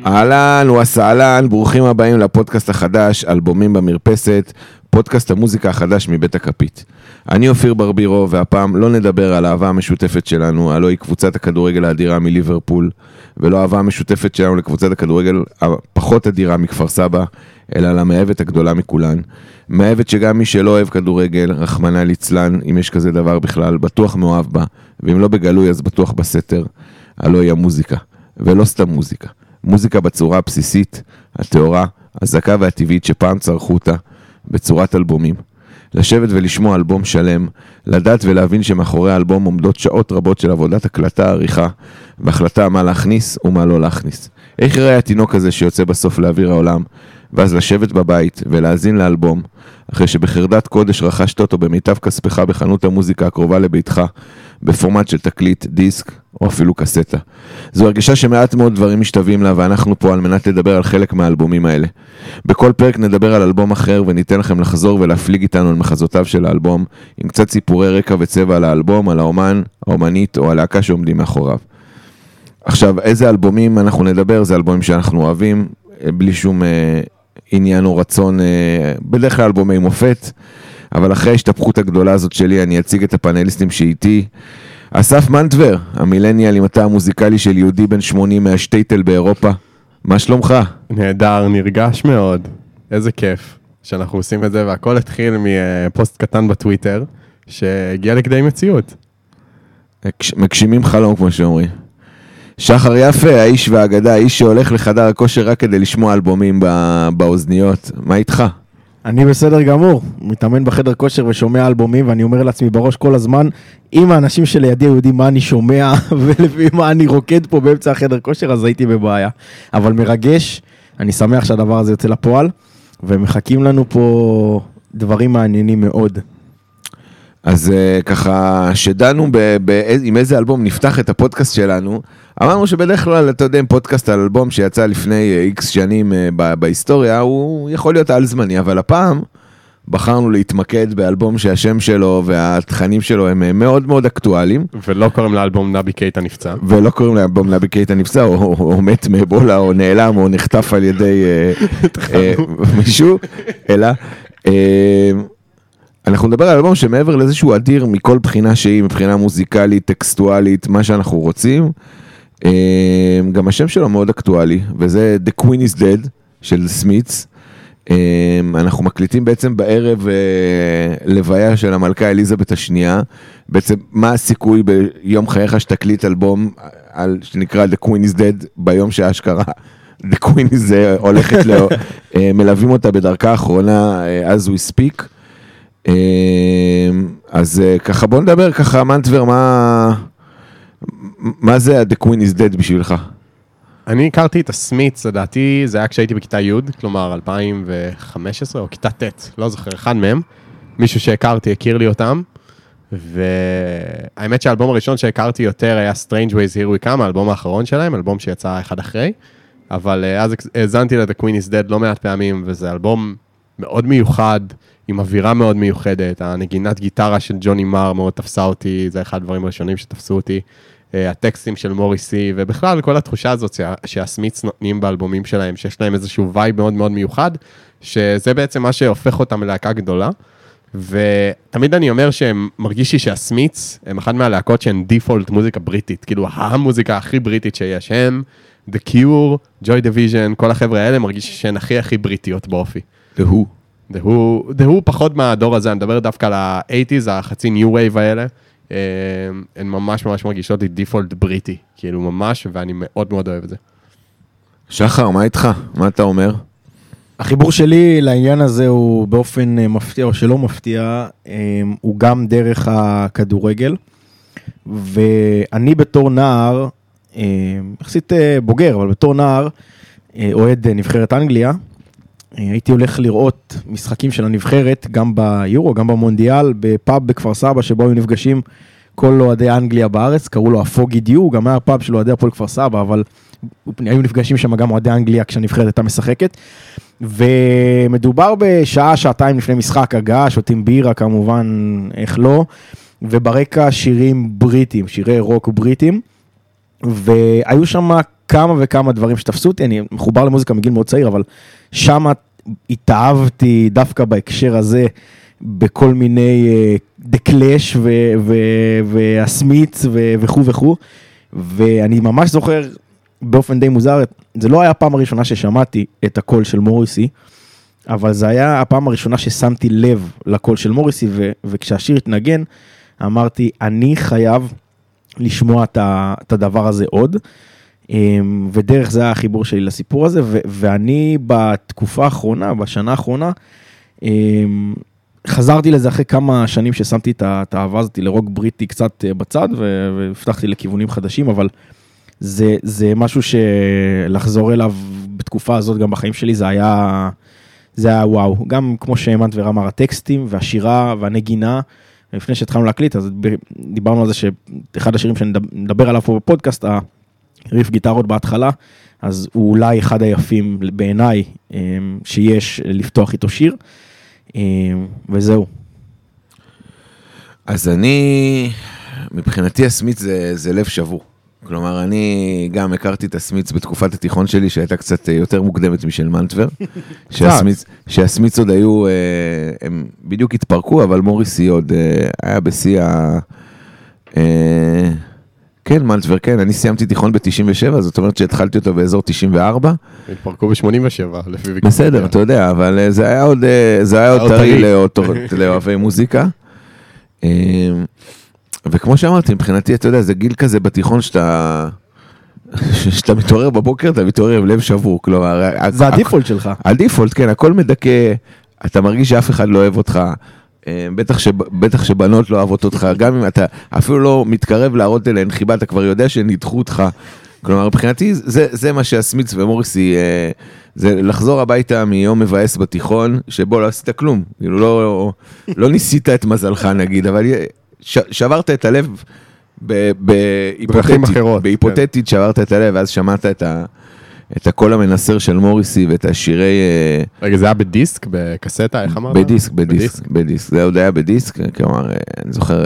אהלן וסהלן, ברוכים הבאים לפודקאסט החדש, אלבומים במרפסת, פודקאסט המוזיקה החדש מבית הכפית. אני אופיר ברבירו, והפעם לא נדבר על האהבה המשותפת שלנו, הלוא היא קבוצת הכדורגל האדירה מליברפול, ולא האהבה המשותפת שלנו לקבוצת הכדורגל הפחות אדירה מכפר סבא, אלא למאהבת הגדולה מכולן. מאהבת שגם מי שלא אוהב כדורגל, רחמנא ליצלן, אם יש כזה דבר בכלל, בטוח מאוהב בה, ואם לא בגלוי אז בטוח בסתר, הלוא היא המוזיקה, ולא סתם מוזיקה. מוזיקה בצורה הבסיסית, התאורה, הזקה והטבעית שפעם צרכו אותה, בצורת אלבומים. לשבת ולשמוע אלבום שלם, לדעת ולהבין שמאחורי האלבום עומדות שעות רבות של עבודת הקלטה, עריכה, והחלטה מה להכניס ומה לא להכניס. איך יראה התינוק הזה שיוצא בסוף לאוויר העולם, ואז לשבת בבית ולהזין לאלבום, אחרי שבחרדת קודש רכשת אותו במיטב כספך בחנות המוזיקה הקרובה לביתך, בפורמט של תקליט, דיסק או אפילו קסטה. זו הרגישה שמעט מאוד דברים משתווים לה, ואנחנו פה על מנת לדבר על חלק מהאלבומים האלה. בכל פרק נדבר על אלבום אחר וניתן לכם לחזור ולהפליג איתנו על מחזותיו של האלבום, עם קצת סיפורי רקע וצבע על האלבום, על האומן, האומנית או הלהקה שעומדים מאחוריו. עכשיו, איזה אלבומים אנחנו נדבר? זה אלבומים שאנחנו אוהבים, בלי שום עניין או רצון, בדרך כלל אלבומי מופת, אבל אחרי ההשתפכות הגדולה הזאת שלי, אני אציג את הפאנליסטים שאיתי. אסף מנטבר, המילניאל עם התא המוזיקלי של יהודי בן 80 מהשטייטל באירופה. מה שלומך? נהדר, נרגש מאוד. איזה כיף שאנחנו עושים את זה, והכל התחיל מפוסט קטן בטוויטר, שהגיע לכדי מציאות. מגשימים חלום, כמו שאומרים. שחר יפה, האיש והאגדה, האיש שהולך לחדר הכושר רק כדי לשמוע אלבומים באוזניות. מה איתך? אני בסדר גמור, מתאמן בחדר כושר ושומע אלבומים, ואני אומר לעצמי בראש כל הזמן, אם האנשים שלידי יודעים מה אני שומע, ולפי מה אני רוקד פה באמצע החדר כושר, אז הייתי בבעיה. אבל מרגש, אני שמח שהדבר הזה יוצא לפועל, ומחכים לנו פה דברים מעניינים מאוד. אז ככה, שדנו עם איזה אלבום נפתח את הפודקאסט שלנו, אמרנו שבדרך כלל, אתה יודע, פודקאסט על אלבום שיצא לפני איקס שנים בהיסטוריה, הוא יכול להיות על זמני, אבל הפעם בחרנו להתמקד באלבום שהשם שלו והתכנים שלו הם מאוד מאוד אקטואליים. ולא קוראים לאלבום נבי קייטה נפצע. ולא קוראים לאלבום נבי קייטה נפצע, או מת מאבולה, או נעלם, או נחטף על ידי מישהו, אלא אנחנו נדבר על אלבום שמעבר לאיזשהו אדיר מכל בחינה שהיא, מבחינה מוזיקלית, טקסטואלית, מה שאנחנו רוצים. גם השם שלו מאוד אקטואלי, וזה The Queen is Dead של סמיץ. אנחנו מקליטים בעצם בערב לוויה של המלכה אליזבת השנייה. בעצם מה הסיכוי ביום חייך שתקליט אלבום שנקרא The Queen is Dead ביום שהאשכרה The Queen is הולכת לו, מלווים אותה בדרכה האחרונה as we speak. אז ככה בוא נדבר ככה, מנטבר, מה זה The Queen is Dead בשבילך? אני הכרתי את הסמיץ, לדעתי זה היה כשהייתי בכיתה י', כלומר 2015 או כיתה ט', לא זוכר, אחד מהם, מישהו שהכרתי, הכיר לי אותם, והאמת שהאלבום הראשון שהכרתי יותר היה Strange Ways Here We Come, האלבום האחרון שלהם, אלבום שיצא אחד אחרי, אבל אז האזנתי ל-The Queen is Dead לא מעט פעמים, וזה אלבום מאוד מיוחד, עם אווירה מאוד מיוחדת, הנגינת גיטרה של ג'וני מר מאוד תפסה אותי, זה אחד הדברים הראשונים שתפסו אותי, הטקסטים של מוריסי, ובכלל כל התחושה הזאת שהסמיץ נותנים באלבומים שלהם, שיש להם איזשהו וייב מאוד מאוד מיוחד, שזה בעצם מה שהופך אותם ללהקה גדולה, ותמיד אני אומר שהם מרגישי שהסמיץ הם אחד מהלהקות שהן דיפולט מוזיקה בריטית, כאילו המוזיקה הכי בריטית שיש, הם The Cure, Joy Division, כל החבר'ה האלה מרגישי שהן הכי בריטיות באופי. The Who פחות מהדור הזה, אני מדבר דווקא על ה-80s, החצי ניו וייב האלה, הן ממש ממש מרגישות לי דיפולט בריטי, כאילו ממש, ואני מאוד מאוד אוהב את זה. שחר, מה איתך? מה אתה אומר? החיבור שלי לעניין הזה הוא באופן מפתיע או שלא מפתיע, הוא גם דרך הכדורגל, ואני בתור נער, יחסית בוגר, אבל בתור נער, אוהד נבחרת אנגליה, הייתי הולך לראות משחקים של הנבחרת, גם ביורו, גם במונדיאל, בפאב בכפר סבא, שבו היו נפגשים כל אוהדי אנגליה בארץ, קראו לו הפוגי דיו, גם היה פאב של אוהדי הפועל כפר סבא, אבל היו נפגשים שם גם אוהדי אנגליה כשהנבחרת הייתה משחקת, ומדובר בשעה, שעתיים לפני משחק הגעה, שותים בירה כמובן, איך לא, וברקע שירים בריטים, שירי רוק בריטים, והיו שם כמה וכמה דברים שתפסו אותי, אני מחובר למוזיקה מגיל מאוד צעיר, אבל שם התאהבתי דווקא בהקשר הזה, בכל מיני The Clash והסמיץ וכו', ואני ממש זוכר באופן די מוזר, זה לא היה הפעם הראשונה ששמעתי את הקול של מוריסי, אבל זה היה הפעם הראשונה ששמתי לב לקול של מוריסי, וכשהשיר התנגן, אמרתי, אני חייב לשמוע את הדבר הזה עוד, ודרך זה היה החיבור שלי לסיפור הזה, ואני בתקופה האחרונה, בשנה האחרונה, חזרתי לזה אחרי כמה שנים ששמתי את האהבה הזאת לרוק בריטי קצת בצד, והפתחתי לכיוונים חדשים, אבל זה משהו שלחזור אליו בתקופה הזאת, גם בחיים שלי, זה היה וואו. גם כמו שהאמנת ורמר, הטקסטים והשירה והנגינה, לפני שהתחלנו להקליט, אז דיברנו על זה שאחד השירים שנדבר עליו פה בפודקאסט, הריף גיטרות בהתחלה, אז הוא אולי אחד היפים בעיניי שיש לפתוח איתו שיר, וזהו. אז מבחינתי הסמיץ זה לב שבור. כלומר, אני גם הכרתי את הסמיץ בתקופת התיכון שלי, שהייתה קצת יותר מוקדמת משל מנטבר, שהסמיץ עוד היו, הם בדיוק התפרקו, אבל מוריסי עוד היה בשיא כן, מנטבר, כן, אני סיימתי תיכון ב-97, זאת אומרת שהתחלתי אותו באזור 94. התפרקו ב-87, לפי ויקיפדיה. בסדר, אתה יודע, אבל זה היה עוד טרי לאוהבי מוזיקה. וכמו שאמרתי, מבחינתי, אתה יודע, זה גיל כזה בתיכון שאתה מתעורר בבוקר, אתה מתעורר עם לב שבור, כלומר... זה הדיפולט שלך. הדיפולט, כן, הכל מדכא, אתה מרגיש שאף אחד לא אוהב אותך, בטח שבנות לא אוהבות אותך, גם אם אתה אפילו לא מתקרב להראות אליהן חיבה, אתה כבר יודע שנידחו אותך, כלומר, מבחינתי, זה מה שהסמיץ ומוריסי, זה לחזור הביתה מיום מבאס בתיכון, שבו לא עשית כלום, כאילו לא ניסית את מזלך נגיד, אבל שברת את הלב בהיפותטית, שברת את הלב, ואז שמעת את הקול המנסר של מוריסי ואת השירי... רגע, זה היה בדיסק, בקסטה, איך אמרת? בדיסק, זה עוד היה בדיסק, כלומר, אני זוכר,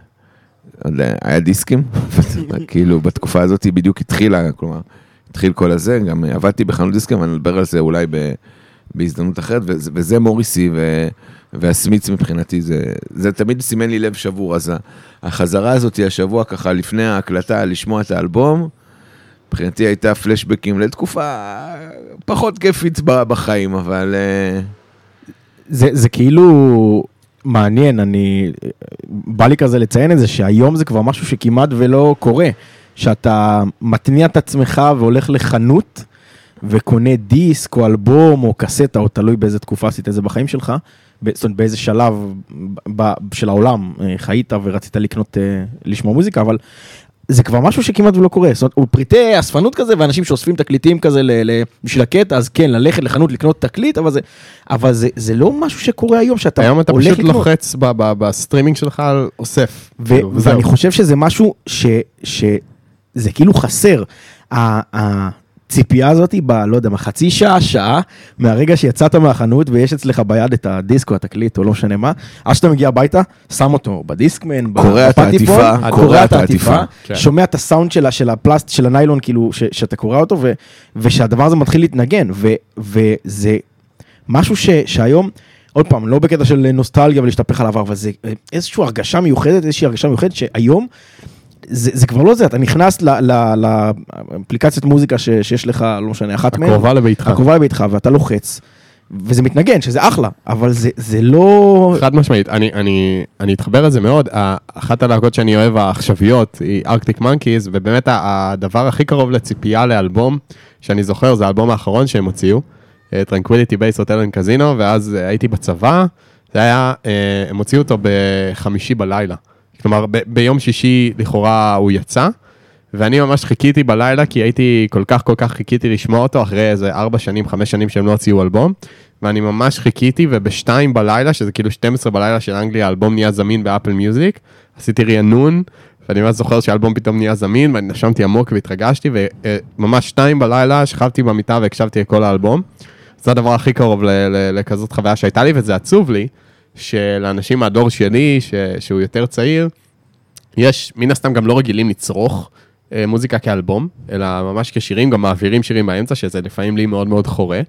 היה דיסקים, כאילו בתקופה הזאת בדיוק התחילה, כלומר, התחיל כל הזה, גם עבדתי בחנות דיסקים, אני מדבר על זה אולי בהזדמנות אחרת, וזה מוריסי והסמיץ מבחינתי, זה תמיד סימן לי לב שבור, אז החזרה הזאת היא השבוע ככה לפני ההקלטה, לשמוע את האלבום, מבחינתי הייתה פלשבקים לתקופה פחות כיפית בחיים, אבל... זה כאילו מעניין, בא לי כזה לציין את זה, שהיום זה כבר משהו שכמעט ולא קורה, שאתה מתניע את עצמך והולך לחנות, וקונה דיסק או אלבום או קסטה, או תלוי באיזה תקופה עשית את זה בחיים שלך, זאת אומרת, באיזה שלב של העולם חיית ורצית לקנות, לשמוע מוזיקה, אבל זה כבר משהו שכמעט ולא קורה, זאת אומרת, הוא פריטי אספנות כזה, ואנשים שאוספים תקליטים כזה בשביל הקטע, אז כן, ללכת לחנות לקנות תקליט, אבל זה לא משהו שקורה היום, שאתה היום אתה פשוט לוחץ בסטרימינג שלך על אוסף. ואני חושב שזה משהו שזה כאילו חסר, הציפייה הזאת לא יודע, חצי שעה, מהרגע שיצאת מהחנות, ויש אצלך ביד את הדיסק או התקליט, או לא משנה מה, אז שאתה מגיע הביתה, שם אותו בדיסקמן, קורא את העטיפה, שומע את הסאונד של הפלסט, של הניילון, כאילו, שאתה קורא אותו, ושהדבר הזה מתחיל להתנגן, וזה משהו שהיום, עוד פעם, לא בקטע של נוסטלגיה ולהשתפך על העבר, אבל זה איזושהי הרגשה מיוחדת, שהיום, זה כבר לא זה, אתה נכנס לאפליקציית מוזיקה שיש לך, לא משנה, אחת מהן. הקרובה לביתך, ואתה לוחץ, וזה מתנגן, שזה אחלה, אבל זה לא... חד משמעית, אני אתחבר על זה מאוד, אחת הלהקות שאני אוהב, העכשוויות, היא ארקטיק מנקיז, ובאמת הדבר הכי קרוב לציפייה לאלבום, שאני זוכר, זה האלבום האחרון שהם הוציאו, Tranquility Base Hotel and Casino, ואז הייתי בצבא, זה היה, הם הוציאו אותו ב-5 בלילה. כלומר, ביום שישי לכאורה הוא יצא, ואני ממש חיכיתי בלילה, כי הייתי כל כך חיכיתי לשמוע אותו, אחרי איזה 4 שנים, 5 שנים שהם לא הוציאו אלבום, ואני ממש חיכיתי, וב-2 בלילה, שזה כאילו 12 בלילה של אנגליה, האלבום נהיה זמין באפל מיוזיק, עשיתי רענון, ואני ממש זוכר שהאלבום פתאום נהיה זמין, ואני נשמתי עמוק והתרגשתי, וממש 2 בלילה שכבתי במיטה והקשבתי לכל האלבום. זה הדבר הכי קרוב לכזאת חוויה שהייתה לי, וזה עצוב לי, שלאנשים מהדור שלי, שהוא יותר צעיר, יש מן הסתם גם לא רגילים לצרוך מוזיקה כאלבום, אלא ממש כשירים, גם מעבירים שירים באמצע, שזה לפעמים לי מאוד מאוד חורה.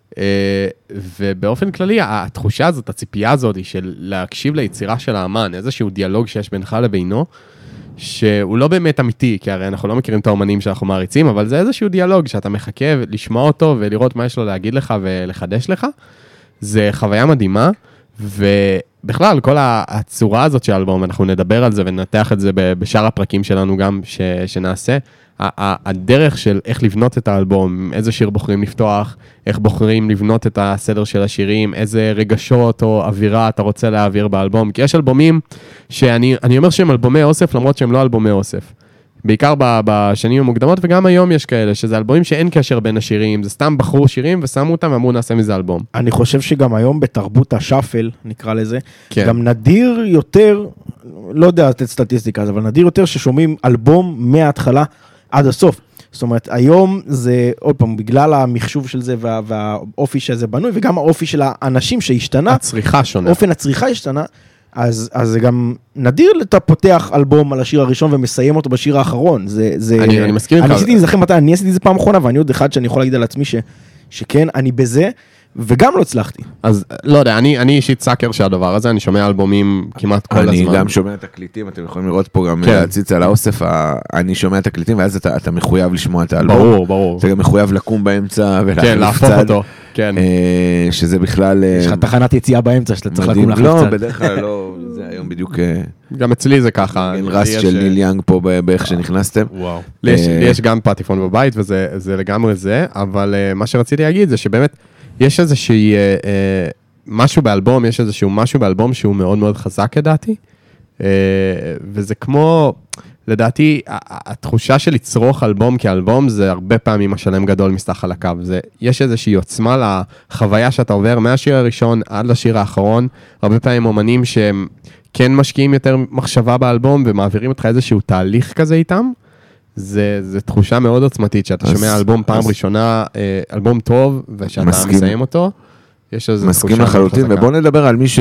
ובאופן כללי, התחושה הזאת, הציפייה הזאת, היא של להקשיב ליצירה של האמן, איזשהו דיאלוג שיש בינך לבינו, שהוא לא באמת אמיתי, כי הרי אנחנו לא מכירים את האומנים שאנחנו מעריצים, אבל זה איזשהו דיאלוג שאתה מחכה לשמוע אותו ולראות מה יש לו להגיד לך ולחדש לך. זה חוויה מדהימה, ובכלל, כל הצורה הזאת של האלבום, אנחנו נדבר על זה וננתח את זה בשאר הפרקים שלנו גם שנעשה. הדרך של איך לבנות את האלבום, איזה שיר בוחרים לפתוח, איך בוחרים לבנות את הסדר של השירים, איזה רגשות או אווירה אתה רוצה להעביר באלבום, כי יש אלבומים שאני אומר שהם אלבומי אוסף, למרות שהם לא אלבומי אוסף. בעיקר בשנים המוקדמות, וגם היום יש כאלה, שזה אלבומים שאין קשר בין השירים, זה סתם בחרו שירים ושמו אותם ואמרו נעשה מזה אלבום. אני חושב שגם היום בתרבות השאפל, נקרא לזה, גם נדיר יותר, לא יודע לתת סטטיסטיקה, אבל נדיר יותר ששומעים אלבום מההתחלה עד הסוף. זאת אומרת, היום זה, עוד פעם, בגלל המחשוב של זה והאופי שזה בנוי, וגם האופי של האנשים שהשתנה. הצריכה שונה. אופן הצריכה השתנה. אז זה גם נדיר אתה פותח אלבום על השיר הראשון ומסיים אותו בשיר האחרון. אני מסכים איתך. אני עשיתי להיזכר מתי, אני עשיתי את זה פעם אחרונה, ואני עוד אחד שאני יכול להגיד על עצמי שכן, אני בזה, וגם לא הצלחתי. אז לא יודע, אני אישית סאקר שהדבר הזה, אני שומע אלבומים כמעט כל הזמן. אני גם שומע תקליטים, אתם יכולים לראות פה גם להציץ על האוסף, אני שומע תקליטים, ואז אתה מחויב לשמוע את האלבום. ברור, ברור. אתה גם מחויב לקום באמצע כן, להפוך אותו. כן. שזה בכלל... יש לך תחנת יציאה באמצע שאתה צריך לקום להחליף קצת. לא, בדרך כלל לא, זה היום בדיוק... גם אצלי זה ככה. רס של ניל יאנג פה באיך שנכנסתם. וואו. לי יש גם פטיפון בבית, וזה לגמרי זה, אבל מה שרציתי להגיד זה שבאמת יש איזושהי משהו באלבום, יש איזשהו משהו באלבום שהוא מאוד מאוד חזק לדעתי, וזה כמו, לדעתי, התחושה של לצרוך אלבום כאלבום, זה הרבה פעמים השלם גדול מסתח על הקו, יש איזושהי עוצמה לחוויה שאתה עובר מהשיר הראשון עד לשיר האחרון, הרבה פעמים אומנים שהם כן משקיעים יותר מחשבה באלבום, ומעבירים אותך איזשהו תהליך כזה איתם, זה תחושה מאוד עוצמתית, שאתה שומע אלבום פעם ראשונה, אלבום טוב, ושאתה מסיים אותו, יש איזו תחושה. מסכים לחלוטין, ובואו נדבר על מי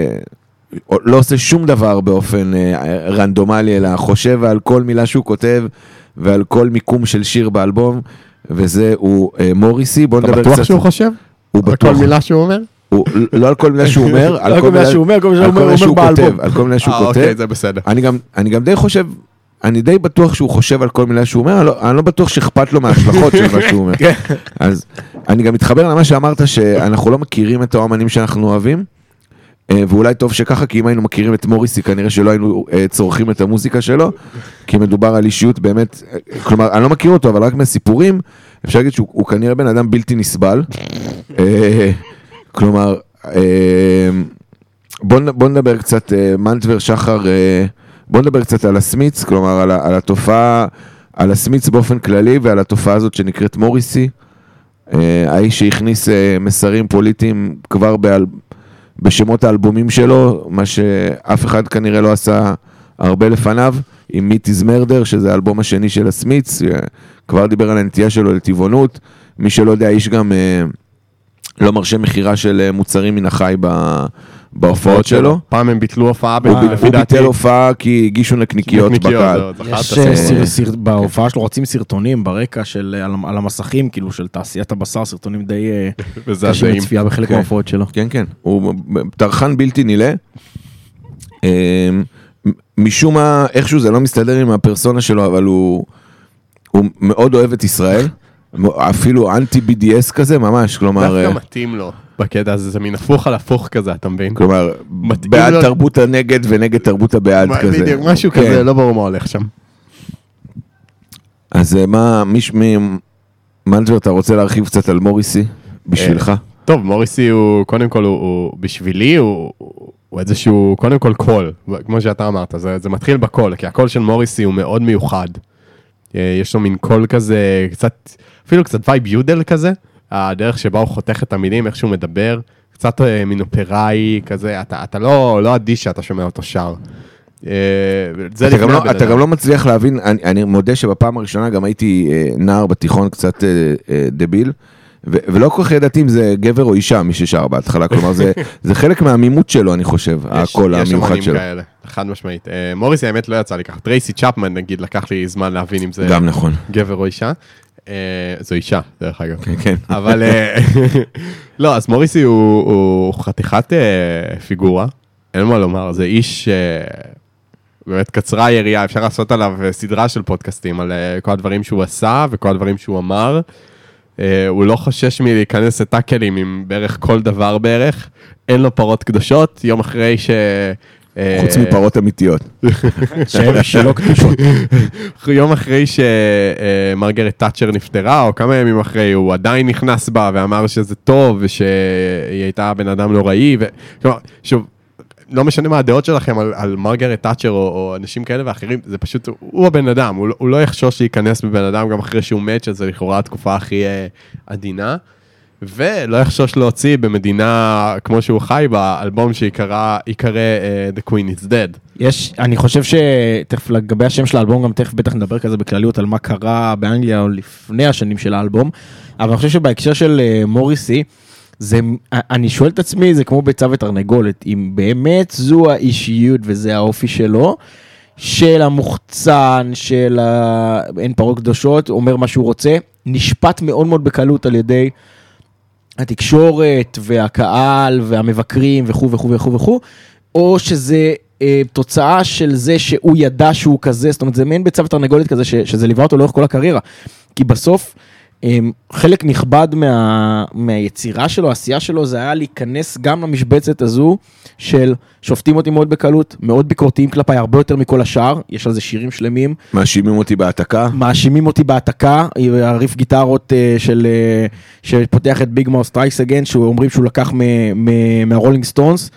שלא עושה שום דבר באופן רנדומלי, אלא חושב על כל מילה שהוא כותב, ועל כל מיקום של שיר באלבום, וזה הוא מוריסי. אתה בטוח שהוא חושב? על כל מילה שהוא אומר? לא על כל מילה שהוא אומר, על כל מילה שהוא כותב, על כל מילה שהוא כותב. אוקיי, זה בסדר. אני גם די חושב, אני די בטוח שהוא חושב על כל מילה שהוא אומר, אני לא בטוח שאכפת לו מההשלכות של מה שהוא אומר. אז אני גם מתחבר למה שאמרת, שאנחנו לא מכירים את האמנים שאנחנו אוהבים, ואולי טוב שככה, כי אם היינו מכירים את מוריסי, כנראה שלא היינו צורכים את המוזיקה שלו, כי מדובר על אישיות באמת, כלומר, אני לא מכיר אותו, אבל רק מהסיפורים, אפשר להגיד שהוא כנראה בן אדם בלתי נסבל. כלומר, בוא נדבר קצת, מנטבר, שחר, בוא נדבר קצת על הסמיץ, כלומר, על התופעה, על הסמיץ באופן כללי, ועל התופעה הזאת שנקראת מוריסי, האיש שהכניס מסרים פוליטיים כבר בשמות האלבומים שלו, מה שאף אחד כנראה לא עשה הרבה לפניו, עם Meat is Murder, שזה האלבום השני של הסמיץ, כבר דיבר על הנטייה שלו לטבעונות, מי שלא יודע, האיש גם לא מרשה מחירה של מוצרים מן החי בהופעות שלו. פעם הם ביטלו הופעה, הוא ביטל הופעה כי הגישו נקניקיות בקהל. יש בהופעה שלו רוצים סרטונים ברקע על המסכים, כאילו של תעשיית הבשר, סרטונים די קשים לצפייה בחלק מההופעות שלו. כן, כן, הוא טרחן בלתי נילה. משום מה, איכשהו זה לא מסתדר עם הפרסונה שלו, אבל הוא מאוד אוהב את ישראל. אפילו אנטי BDS כזה, ממש, כלומר... דווקא מתאים לו בקטע הזה, זה מין הפוך על הפוך כזה, אתה מבין? כלומר, בעד תרבות הנגד ונגד תרבות הבעד כזה. בדיוק, משהו כזה, לא ברור מה הולך שם. אז מה, מנג'ר, אתה רוצה להרחיב קצת על מוריסי בשבילך? טוב, מוריסי הוא, קודם כל, בשבילי, הוא איזשהו, קודם כל קול, כמו שאתה אמרת, זה מתחיל בקול, כי הקול של מוריסי הוא מאוד מיוחד. יש לו מין קול כזה, קצת, אפילו קצת וייב יודל כזה, הדרך שבה הוא חותך את המילים, איך שהוא מדבר, קצת מין אופראי כזה, אתה לא אדיש שאתה שומע אותו שר. אתה גם לא מצליח להבין, אני מודה שבפעם הראשונה גם הייתי נער בתיכון קצת דביל, ולא כל כך ידעתי אם זה גבר או אישה, מי ששר בהתחלה, כלומר, זה חלק מהעמימות שלו, אני חושב, הקול המיוחד שלו. יש אמנים כאלה, חד משמעית. מוריסי, האמת, לא יצא לי ככה. טרייסי צ'פמן, נגיד, לקח לי זמן להבין אם זה גם נכון. גבר או אישה. זו אישה, דרך אגב. כן. אבל, לא, אז מוריסי הוא חתיכת פיגורה, אין מה לומר, זה איש באמת קצרה היריעה, אפשר לעשות עליו סדרה של פודקאסטים, על כל הדברים שהוא עשה וכל הדברים שהוא אמר. הוא לא חושש מלהיכנס לטאקלים עם בערך כל דבר בערך, אין לו פרות קדושות, יום אחרי חוץ מפרות אמיתיות. שלא קדושות. יום אחרי שמרגרט תאצ'ר נפטרה, או כמה ימים אחרי, הוא עדיין נכנס בה ואמר שזה טוב, ושהיא הייתה בן אדם נוראי, כלומר, שוב, לא משנה מה הדעות שלכם על מרגרט תאצ'ר או אנשים כאלה ואחרים, זה פשוט, הוא הבן אדם, הוא לא יחשוש להיכנס בבן אדם גם אחרי שהוא מת, שזה לכאורה התקופה הכי עדינה, ולא יחשוש להוציא במדינה כמו שהוא חי בה, אלבום שיקרא The Queen is Dead. אני חושב שתכף לגבי השם של האלבום, גם תכף בטח נדבר כזה בכלליות על מה קרה באנגליה או לפני השנים של האלבום, אבל אני חושב שבהקשר של מוריסי, אני שואל את עצמי, זה כמו ביצה ותרנגולת, אם באמת זו האישיות וזה האופי שלו, של המוחצן, של אין פרות קדושות, אומר מה שהוא רוצה, נשפט מאוד מאוד בקלות על ידי התקשורת והקהל והמבקרים וכו' וכו' וכו' וכו', או שזה תוצאה של זה שהוא ידע שהוא כזה, זאת אומרת זה מעין ביצה ותרנגולת כזה, שזה ליווה אותו לאורך כל הקריירה, כי בסוף חלק נכבד מהיצירה שלו, העשייה שלו, זה היה להיכנס גם למשבצת הזו של שופטים אותי מאוד בקלות, מאוד ביקורתיים כלפיי, הרבה יותר מכל השאר, יש על זה שירים שלמים. מאשימים אותי בהעתקה, הריף גיטרות שפותח את ביג מאוס טרייס אגן, שאומרים שהוא לקח מהרולינג סטונס,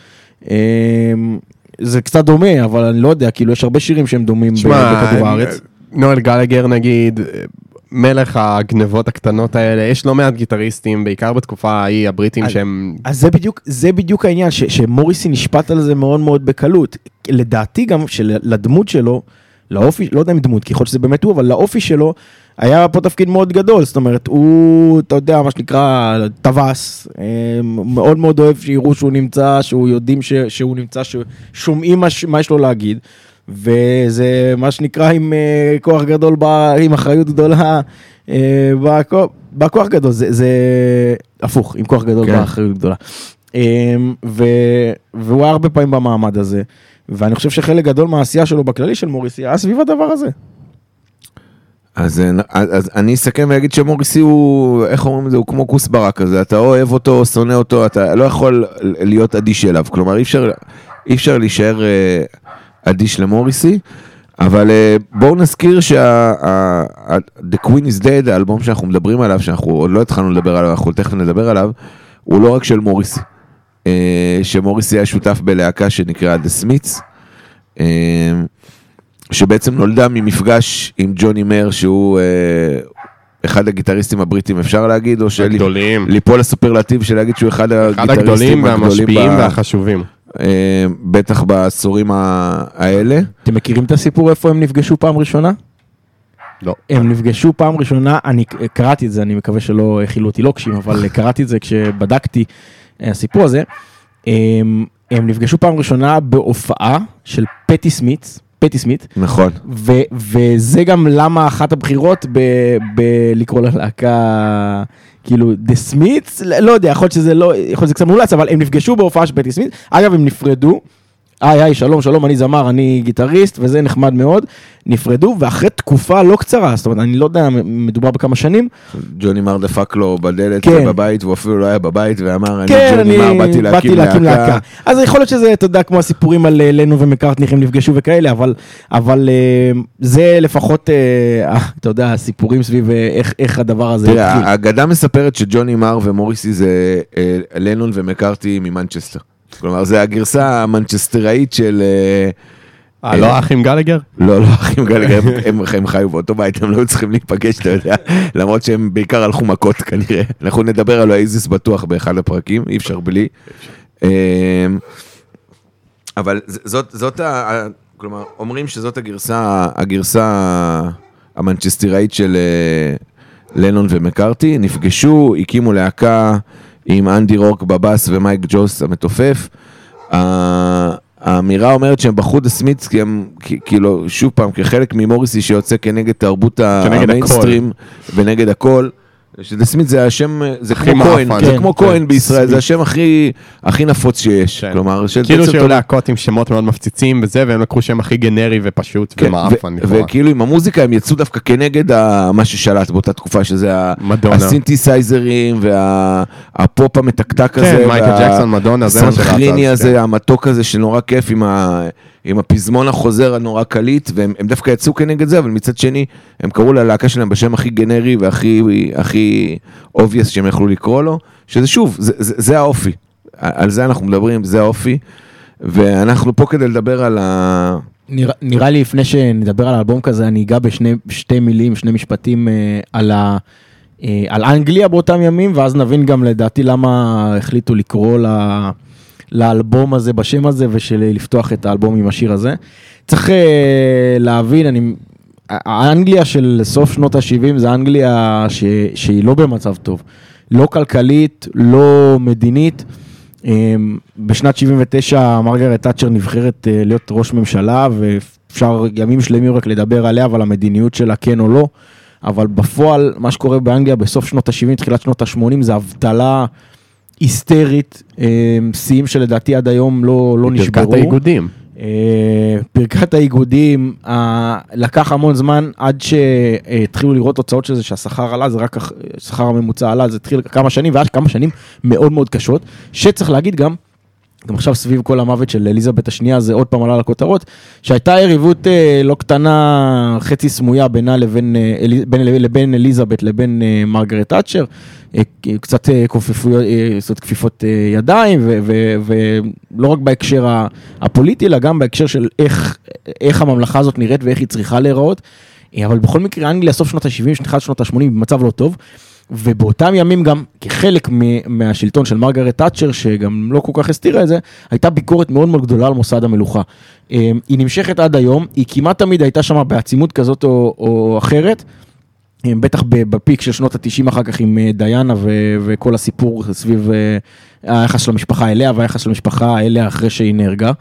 זה קצת דומה, אבל אני לא יודע, כאילו יש הרבה שירים שהם דומים בכדור הארץ. נואל גלגר נגיד, מלך הגנבות הקטנות האלה, יש לא מעט גיטריסטים, בעיקר בתקופה ההיא, הבריטים שהם... אז זה בדיוק העניין, שמוריסי נשפט על זה מאוד מאוד בקלות. לדעתי גם שלדמות שלו, לאופי, לא יודע אם דמות, כי יכול שזה באמת הוא, אבל לאופי שלו, היה פה תפקיד מאוד גדול, זאת אומרת, הוא, אתה יודע, מה שנקרא, טווס, מאוד מאוד אוהב שיראו שהוא נמצא, שהוא יודעים שהוא נמצא, ששומעים מה יש לו להגיד, וזה מה שנקרא עם כוח גדול, עם אחריות גדולה, בכוח גדול, זה הפוך, עם כוח גדול באחריות גדולה. והוא היה הרבה פעמים במעמד הזה, ואני חושב שחלק גדול מהעשייה שלו בכללי של מוריסי, היה סביב הדבר הזה. אז אני אסכם ואגיד שמוריסי הוא, איך אומרים את זה, הוא כמו כוס ברק כזה, אתה אוהב אותו, שונא אותו, אתה לא יכול להיות אדיש אליו, כלומר אי אפשר להישאר אדיש למוריסי, אבל בואו נזכיר The Queen is Dead, האלבום שאנחנו מדברים עליו, שאנחנו עוד לא התחלנו לדבר עליו, אנחנו תכף נדבר עליו, הוא לא רק של מוריסי, שמוריסי היה שותף בלהקה שנקרא The Smiths, שבעצם נולדה ממפגש עם ג'וני מר, שהוא אחד הגיטריסטים הבריטים, אפשר להגיד, או ליפול לסופרלטיב של להגיד שהוא אחד הגדולים והמשפיעים והחשובים. בטח בעשורים האלה. אתם מכירים את הסיפור איפה הם נפגשו פעם ראשונה? לא. הם נפגשו פעם ראשונה, אני קראתי את זה, אני מקווה שלא הכילו אותי לוקשים, אבל קראתי את זה כשבדקתי הסיפור הזה. הם נפגשו פעם ראשונה בהופעה של פטי סמית. נכון. וזה גם למה אחת הבחירות לקרוא ללהקה, כאילו, The Smiths, לא יודע, יכול להיות שזה קצת מולץ, אבל הם נפגשו בהופעה של פטי סמית, אגב, הם נפרדו, היי, שלום, אני זמר, אני גיטריסט, וזה נחמד מאוד, נפרדו, ואחרי תקופה לא קצרה, זאת אומרת, אני לא יודע, מדובר בכמה שנים. ג'וני מר דפק לו בדלת בבית, והוא אפילו לא היה בבית, ואמר, אני ג'וני מר, באתי להקים להקה. אז יכול להיות שזה, אתה יודע, כמו הסיפורים על לנו ומקארטני, הם נפגשו וכאלה, אבל זה לפחות, אתה יודע, הסיפורים סביב איך הדבר הזה התחיל. תראה, האגדה מספרת שג'וני מר ומוריסי זה לנון ומקארטני ממנצ'סטר. כלומר, זה הגרסה המנצ'סטראית של... לא האחים גלגר? לא האחים גלגר, הם חיו באותו בית, הם לא צריכים להיפגש, אתה יודע, למרות שהם בעיקר הלכו מכות כנראה. אנחנו נדבר על האיזיס בטוח באחד הפרקים, אי אפשר בלי. אבל זאת, כלומר, אומרים שזאת הגרסה המנצ'סטראית לנון ומקארתי, נפגשו, הקימו להקה עם אנדי רוק בבאס ומייק ג'וס המתופף. האמירה אומרת שהם בחרו דה סמית' כי הם, כאילו, שוב פעם, כחלק ממוריסי שיוצא כנגד תרבות המיינסטרים ונגד הכל, שדה סמית זה השם, זה כמו כהן, זה כמו כהן בישראל, זה השם הכי נפוץ שיש. כלומר, כאילו שהיו להקות עם שמות מאוד מפציצים וזה, והם לקחו שם הכי גנרי ופשוט ומאפן. וכאילו עם המוזיקה הם יצאו דווקא כנגד מה ששלט באותה תקופה, שזה הסינתסייזרים והפופ המתקתק הזה. כן, מייקל ג'קסון, מדונה, זה מה הסנכריני הזה, המתוק הזה שנורא כיף עם הפזמון החוזר הנורא קליט, והם דווקא יצאו כנגד זה, אבל מצד שני, הם קראו ללהקה שלהם בשם הכי גנרי והכי obvious שהם יכלו לקרוא לו, שזה שוב, זה האופי. על זה אנחנו מדברים, זה האופי, ואנחנו פה כדי לדבר על נראה לי לפני שנדבר על האלבום כזה, אני אגע בשתי מילים, שני משפטים על אנגליה באותם ימים, ואז נבין גם לדעתי למה החליטו לקרוא לאלבום הזה בשם הזה, ולפתוח את האלבום עם השיר הזה. צריך להבין, האנגליה של סוף שנות ה-70 זה אנגליה שהיא לא במצב טוב. לא כלכלית, לא מדינית. בשנת 79 מרגרט תאצ'ר נבחרת להיות ראש ממשלה, ואפשר ימים שלמים רק לדבר עליה, אבל המדיניות שלה כן או לא. אבל בפועל, מה שקורה באנגליה בסוף שנות ה-70, תחילת שנות ה-80, זה אבטלה היסטרית, שיאים שלדעתי עד היום לא נשברו. פרקת האיגודים. פרקת האיגודים, לקח המון זמן עד שהתחילו לראות תוצאות של זה, שהשכר עלה, זה רק השכר הממוצע עלה, זה התחיל כמה שנים, והיה כמה שנים מאוד מאוד קשות, שצריך להגיד גם עכשיו סביב כל המוות של אליזבת השנייה, זה עוד פעם עלה לכותרות, שהייתה יריבות לא קטנה, חצי סמויה בינה לבין אליזבת לבין מרגרט תאצ'ר, קצת כפיפות ידיים, ולא רק בהקשר הפוליטי, אלא גם בהקשר של איך הממלכה הזאת נראית ואיך היא צריכה להיראות, אבל בכל מקרה אנגליה סוף שנות ה-70, שנות ה-80 במצב לא טוב, ובאותם ימים גם כחלק מהשלטון של מרגרט תאצ'ר, שגם לא כל כך הסתירה את זה, הייתה ביקורת מאוד מאוד גדולה על מוסד המלוכה. היא נמשכת עד היום, היא כמעט תמיד הייתה שם בעצימות כזאת או אחרת, בטח בפיק של שנות ה-90 אחר כך עם דיינה וכל הסיפור סביב היחס של המשפחה אליה והיחס של המשפחה אליה אחרי שהיא נהרגה.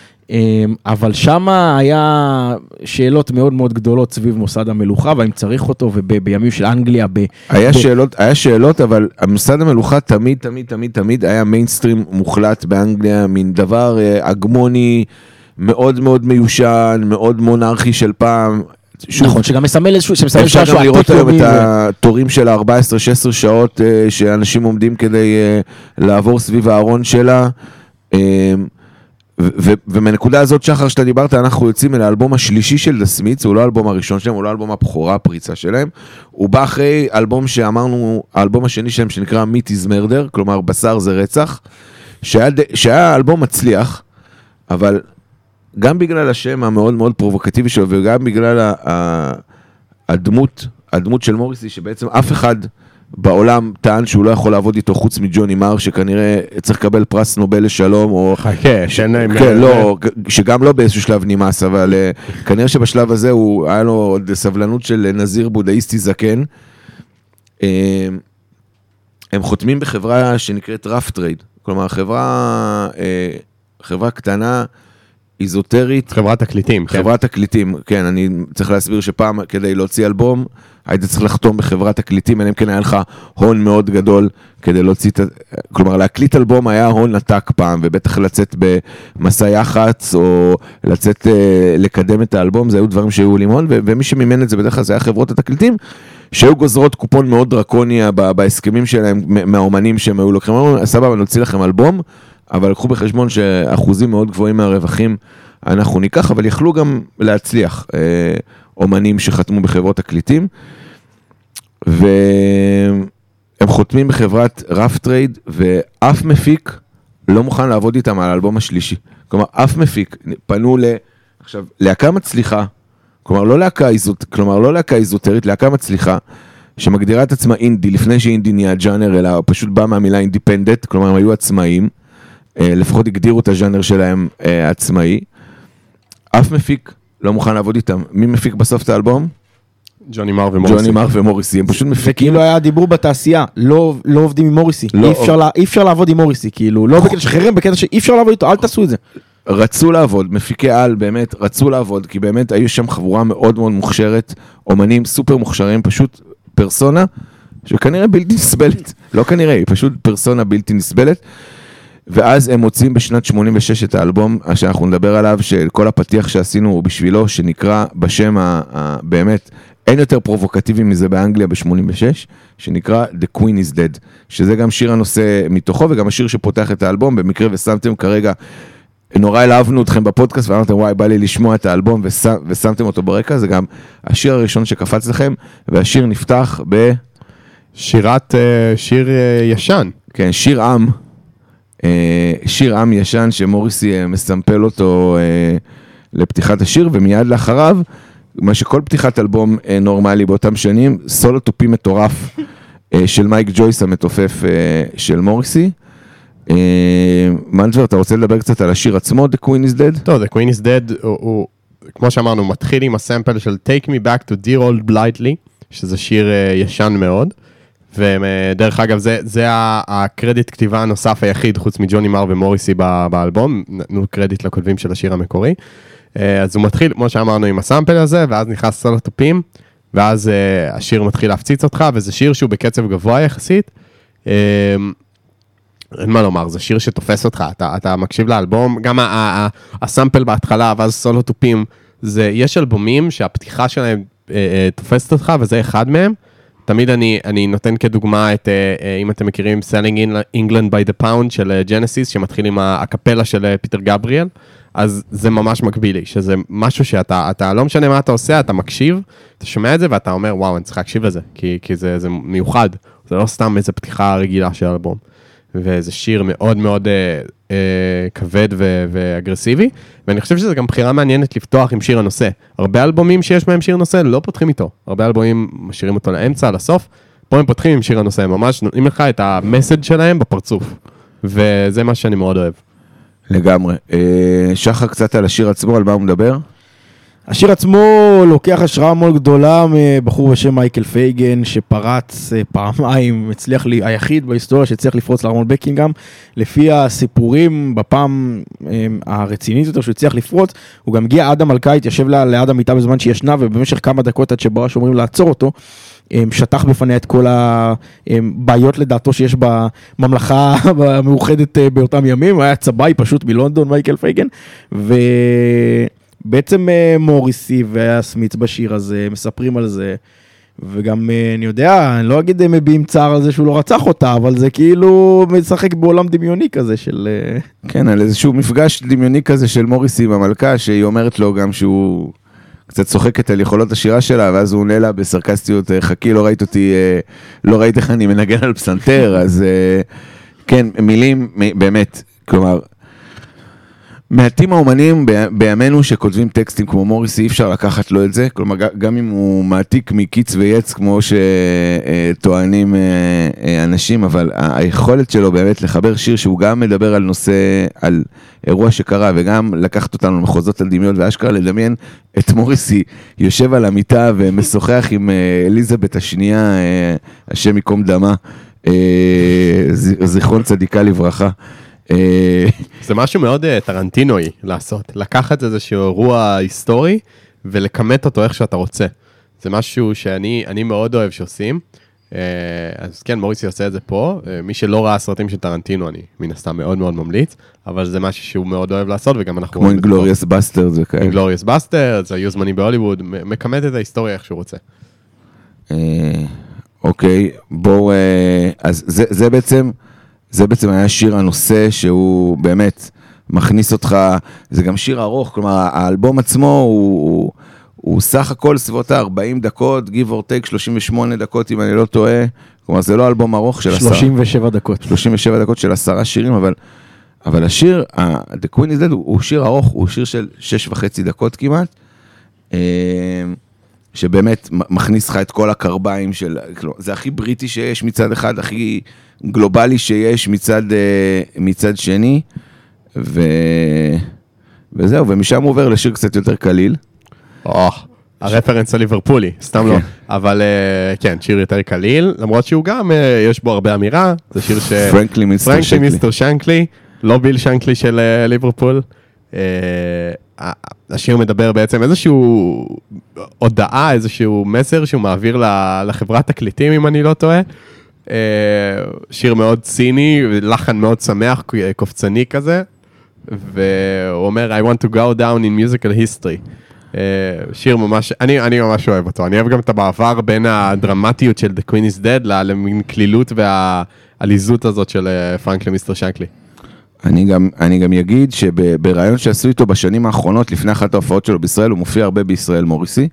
אבל שם היה שאלות מאוד מאוד גדולות סביב מוסד המלוכה, והאם צריך אותו, ובימים של אנגליה. היה שאלות, אבל המוסד המלוכה תמיד היה מיינסטרים מוחלט באנגליה, מין דבר אגמוני, מאוד מאוד מיושן, מאוד מונרכי של פעם. נכון, שגם מסמל איזשהו, אפשר גם לראות היום את התורים של 14-16 שעות שאנשים עומדים כדי לעבור סביב הארון שלה, ומנקודה הזאת שחר שאתה דיברת, אנחנו יוצאים אל האלבום השלישי של דה סמית'ס, הוא לא האלבום הראשון שלהם, הוא לא האלבום הבכורה, הפריצה שלהם, הוא בא אחרי אלבום שאמרנו, האלבום השני שלהם שנקרא Meat is Murder, כלומר בשר זה רצח, שהיה אלבום מצליח, אבל גם בגלל השם המאוד מאוד פרובוקטיבי שלו, וגם בגלל הדמות של מוריסי, שבעצם אף אחד בעולם טען שהוא לא יכול לעבוד איתו חוץ מג'וני מר, שכנראה צריך לקבל פרס נובל לשלום, או שגם לא באיזשהו שלב נמאס, אבל כנראה שבשלב הזה היה לו עוד סבלנות של נזיר בודהיסטי זקן. הם חותמים בחברה שנקראת רף טרייד, כלומר חברה קטנה, איזוטרית. חברת תקליטים. חברת תקליטים, כן, אני צריך להסביר שפעם כדי להוציא אלבום, היית צריך לחתום בחברת תקליטים, אלא אם כן היה לך הון מאוד גדול כדי להוציא, כלומר להקליט אלבום היה הון עתק פעם, ובטח לצאת במסע יח"צ, או לצאת לקדם את האלבום, זה היו דברים שהיו לימון, ומי שמימן את זה בדרך כלל זה היה חברות התקליטים, שהיו גוזרות קופון מאוד דרקוניה בהסכמים שלהם, מהאומנים שהם היו לוקחים, סבבה, נוציא לכם אלבום, אבל לקחו בחשבון שאחוזים מאוד גבוהים מהרווחים אנחנו ניקח, אבל יכלו גם להצליח אומנים שחתמו בחברות תקליטים, והם חותמים בחברת רף טרייד, ואף מפיק לא מוכן לעבוד איתם על האלבום השלישי. כלומר, אף מפיק פנו עכשיו, להקה מצליחה, כלומר, לא להקה איזוטרית, להקה מצליחה, שמגדירה את עצמה אינדי, לפני שאינדי נהיה ג'אנר, אלא פשוט בא מהמילה אינדיפנדנט, כלומר, הם היו עצמאים, לפחות הגדירו את הז'אנר שלהם עצמאי. אף מפיק לא מוכן לעבוד איתם. מי מפיק בסוף את האלבום? ג'וני מר ומוריסי. ג'וני מר ומוריסי, הם פשוט מפיקים. וכאילו היה דיבור בתעשייה, לא עובדים עם מוריסי, אי אפשר לעבוד עם מוריסי, כאילו, לא בקטע שחררים, בקטע שאי אפשר לעבוד איתו, אל תעשו את זה. רצו לעבוד, מפיקי על באמת רצו לעבוד, כי באמת היו שם חבורה מאוד מאוד מוכשרת, אומנים סופר מוכשרים, פשוט פרסונה, שכנראה בלתי נסבלת, לא כנראה, היא פשוט פרסונה בלתי נסבלת, ואז הם מוצאים בשנת 86 את האלבום שאנחנו נדבר עליו, שכל הפתיח שעשינו הוא בשבילו, שנקרא בשם באמת, אין יותר פרובוקטיבי מזה באנגליה ב-86, שנקרא The Queen is Dead, שזה גם שיר הנושא מתוכו, וגם השיר שפותח את האלבום, במקרה ושמתם כרגע, נורא אהבנו אתכם בפודקאסט, ואמרתם וואי, בא לי לשמוע את האלבום, ושמתם אותו ברקע, זה גם השיר הראשון שקפץ לכם, והשיר נפתח שיר ישן. כן, שיר עם ישן, שמוריסי מסמפל אותו לפתיחת השיר, ומיד לאחריו, מה שכל פתיחת אלבום נורמלי באותם שנים, סולו תופי מטורף של מייק ג'ויס המתופף של מוריסי. מנג'בר, אתה רוצה לדבר קצת על השיר עצמו, The Queen is Dead? טוב, The Queen is Dead, הוא, כמו שאמרנו, מתחיל עם הסמפל של Take Me Back to Dear Old Blightly, שזה שיר ישן מאוד, ודרך אגב, זה הקרדיט כתיבה הנוסף היחיד, חוץ מג'וני מר ומוריסי באלבום, נתנו קרדיט לכותבים של השיר המקורי, אז הוא מתחיל, כמו שאמרנו, עם הסמפל הזה, ואז נכנס סולו תופים, ואז השיר מתחיל להפציץ אותך, וזה שיר שהוא בקצב גבוה יחסית, אין מה לומר, זה שיר שתופס אותך, אתה מקשיב לאלבום, גם הסמפל בהתחלה, ואז סולו תופים, יש אלבומים שהפתיחה שלהם תופסת אותך, וזה אחד מהם, תמיד אני נותן כדוגמה את, אם אתם מכירים, Selling England by the Pound של ג'נסיס, שמתחיל עם הקפלה של פיטר גבריאל, אז זה ממש מקביל לי, שזה משהו שאתה לא משנה מה אתה עושה, אתה מקשיב, אתה שומע את זה, ואתה אומר, וואו, אני צריך להקשיב לזה, כי זה מיוחד, זה לא סתם איזו פתיחה רגילה של האלבום. וזה שיר מאוד מאוד כבד ואגרסיבי, ואני חושב שזו גם בחירה מעניינת לפתוח עם שיר הנושא. הרבה אלבומים שיש בהם שיר נושא לא פותחים איתו, הרבה אלבומים משאירים אותו לאמצע, לסוף, פה הם פותחים עם שיר הנושא, ממש נותנים לך את המסד שלהם בפרצוף, וזה מה שאני מאוד אוהב. לגמרי. שחר קצת על השיר עצמו, על מה הוא מדבר? השיר עצמו לוקח השראה מאוד גדולה מבחור בשם מייקל פייגן, שפרץ פעמיים, היחיד בהיסטוריה שהצליח לפרוץ לארמון בקינגהאם, לפי הסיפורים בפעם הרצינית יותר שהוא הצליח לפרוץ, הוא גם הגיע עד המלכה, התיישב ליד המיטה בזמן שישנה, ובמשך כמה דקות עד שבאו שאומרים לעצור אותו, שטח בפניה את כל הבעיות לדעתו שיש בממלכה המאוחדת באותם ימים, הוא היה צבאי פשוט מלונדון, מייקל פייגן, בעצם מוריסי והסמיץ בשיר הזה מספרים על זה, וגם אני יודע, אני לא אגיד מביעים צער על זה שהוא לא רצח אותה, אבל זה כאילו משחק בעולם דמיוני כזה של... כן, על איזשהו מפגש דמיוני כזה של מוריסי עם המלכה, שהיא אומרת לו גם שהוא קצת צוחקת על יכולות השירה שלה, ואז הוא עונה לה בסרקסטיות, חכי, לא ראית איך אני מנגן על פסנתר, אז כן, מילים באמת, כלומר, מעטים האומנים בימינו שכותבים טקסטים כמו מוריסי, אי אפשר לקחת לו את זה, כלומר גם אם הוא מעתיק מקיץ ויץ כמו שטוענים אנשים, אבל היכולת שלו באמת לחבר שיר שהוא גם מדבר על נושא, על אירוע שקרה, וגם לקחת אותנו למחוזות על דמיון ואשכרה לדמיין את מוריסי יושב על המיטה ומשוחח עם אליזבת השנייה, השם יקום דמה, זיכרון צדיקה לברכה. זה משהו מאוד טרנטינוי לעשות, לקחת איזשהו אירוע היסטורי ולכמת אותו איך שאתה רוצה. זה משהו שאני מאוד אוהב שעושים, אז כן, מוריסי עושה את זה פה, מי שלא ראה סרטים של טרנטינו, אני מן הסתם מאוד מאוד ממליץ, אבל זה משהו שהוא מאוד אוהב לעשות, וגם אנחנו... כמו אינגלוריוס בסטרדס וכאלה. אינגלוריוס בסטרדס, היו זמנים בהוליווד, מכמת את ההיסטוריה איך שהוא רוצה. אוקיי, בואו, אז זה בעצם היה שיר הנושא שהוא באמת מכניס אותך, זה גם שיר ארוך, כלומר האלבום עצמו הוא סך הכל סביבות 40 דקות, give or take 38 דקות אם אני לא טועה, כלומר זה לא אלבום ארוך של 37 דקות. 37 דקות של 10 שירים, אבל השיר, The Queen is Dead הוא שיר ארוך, הוא שיר של 6.5 דקות כמעט, שבאמת מכניס לך את כל הקרביים של, זה הכי בריטי שיש מצד אחד, הכי גלובלי שיש מצד שני, וזהו, ומשם הוא עובר לשיר קצת יותר קליל. הרפרנס הליברפולי, סתם לא. אבל כן, שיר יותר קליל, למרות שהוא גם, יש בו הרבה אמירה, זה שיר ש... פרנקלי מיסטר שנקלי, לא ביל שנקלי של ליברפול. השיר מדבר בעצם איזשהו הודעה, איזשהו מסר שהוא מעביר לחברת תקליטים, אם אני לא טועה. שיר מאוד ציני, לחן מאוד שמח, קופצני כזה. והוא אומר, I want to go down in musical history. שיר ממש, אני ממש אוהב אותו. אני אוהב גם את המעבר בין הדרמטיות של The Queen is Dead למין כלילות והעליזות הזאת של פרנקלי מיסטר שנקלי. אני גם אגיד שברעיון שעשו איתו בשנים האחרונות, לפני אחת ההופעות שלו בישראל, הוא מופיע הרבה בישראל מוריסי.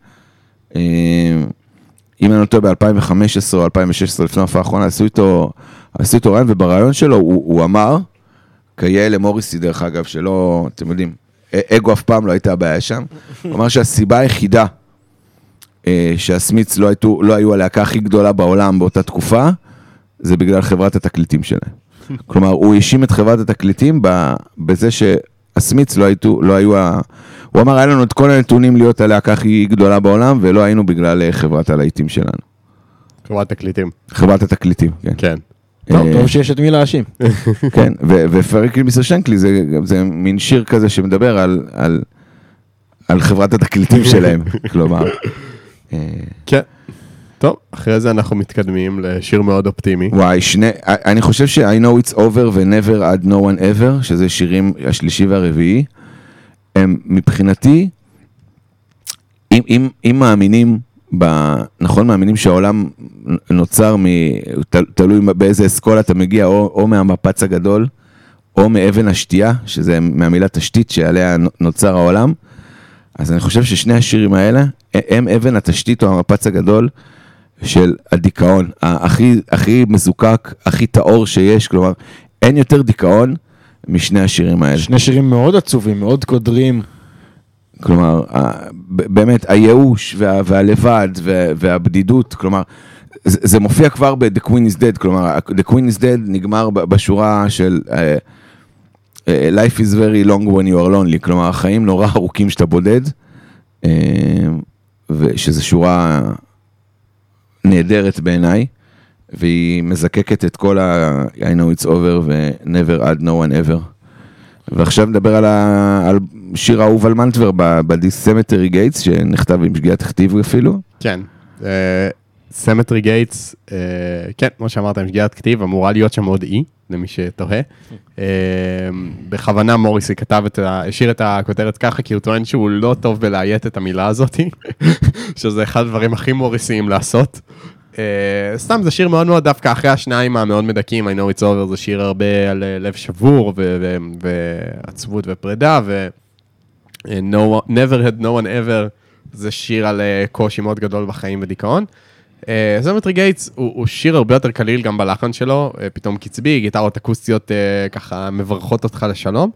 אם אני נוטה ב-2015 או 2016, לפני ההופעה האחרונה, עשו איתו רעיון, וברעיון שלו הוא אמר, כיאה למוריסי דרך אגב, שלא, אתם יודעים, אגו אף פעם לא הייתה הבעיה שם, הוא אמר שהסיבה היחידה שהסמיץ לא היו הלהקה הכי גדולה בעולם באותה תקופה, זה בגלל חברת התקליטים שלהם. כלומר, הוא האשים את חברת התקליטים בזה שהסמיץ לא היו, הוא אמר, היה לנו את כל הנתונים להיות הלהקה הכי גדולה בעולם, ולא היינו בגלל חברת הלהיטים שלנו. חברת תקליטים. חברת התקליטים, כן. כן. טוב שיש את מי להאשים. כן, ופרנקלי מיסטר שנקלי זה מין שיר כזה שמדבר על חברת התקליטים שלהם, כלומר. כן. טוב, אחרי זה אנחנו מתקדמים לשיר מאוד אופטימי. וואי, אני חושב ש-I know it's over ו-never had no one ever, שזה שירים השלישי והרביעי, הם מבחינתי, אם מאמינים, נכון, מאמינים שהעולם נוצר, תלוי באיזה אסכולה אתה מגיע, או מהמפץ הגדול, או מאבן השתייה, שזה מהמילה תשתית שעליה נוצר העולם, אז אני חושב ששני השירים האלה, הם אבן התשתית או המפץ הגדול, של הדיכאון, הכי מזוקק, הכי טהור שיש, כלומר, אין יותר דיכאון משני השירים האלה. שני שירים מאוד עצובים, מאוד קודרים. כלומר, באמת, הייאוש והלבד והבדידות, כלומר, זה מופיע כבר ב-The Queen is Dead, כלומר, The Queen is Dead נגמר בשורה של Life is very long when you are lonely, כלומר, החיים נורא ארוכים שאתה בודד, ושזו שורה נהדרת בעיניי, והיא מזקקת את כל I know it's over ו-never had no one ever. ועכשיו נדבר על שיר האהוב על מנטבר ב-This Cemetery Gates, שנכתב עם שגיאת כתיב אפילו. כן, Cemetery Gates, כן, כמו שאמרת, עם שגיאת כתיב, אמורה להיות שם עוד אי, למי שתוהה. בכוונה מוריסי כתב השאיר את הכותרת ככה, כי הוא טוען שהוא לא טוב בלהיית את המילה הזאת, שזה אחד הדברים הכי מוריסיים לעשות. סתם זה שיר מאוד מאוד דווקא אחרי השניים המאוד מדקים, I know it's over, זה שיר הרבה על לב שבור ועצבות ופרידה, never had no one ever, זה שיר על קושי מאוד גדול בחיים ודיכאון. Cemetery Gates הוא שיר הרבה יותר קליל גם בלחן שלו, פתאום קצבי, גיטרות אקוסטיות ככה מברכות אותך לשלום,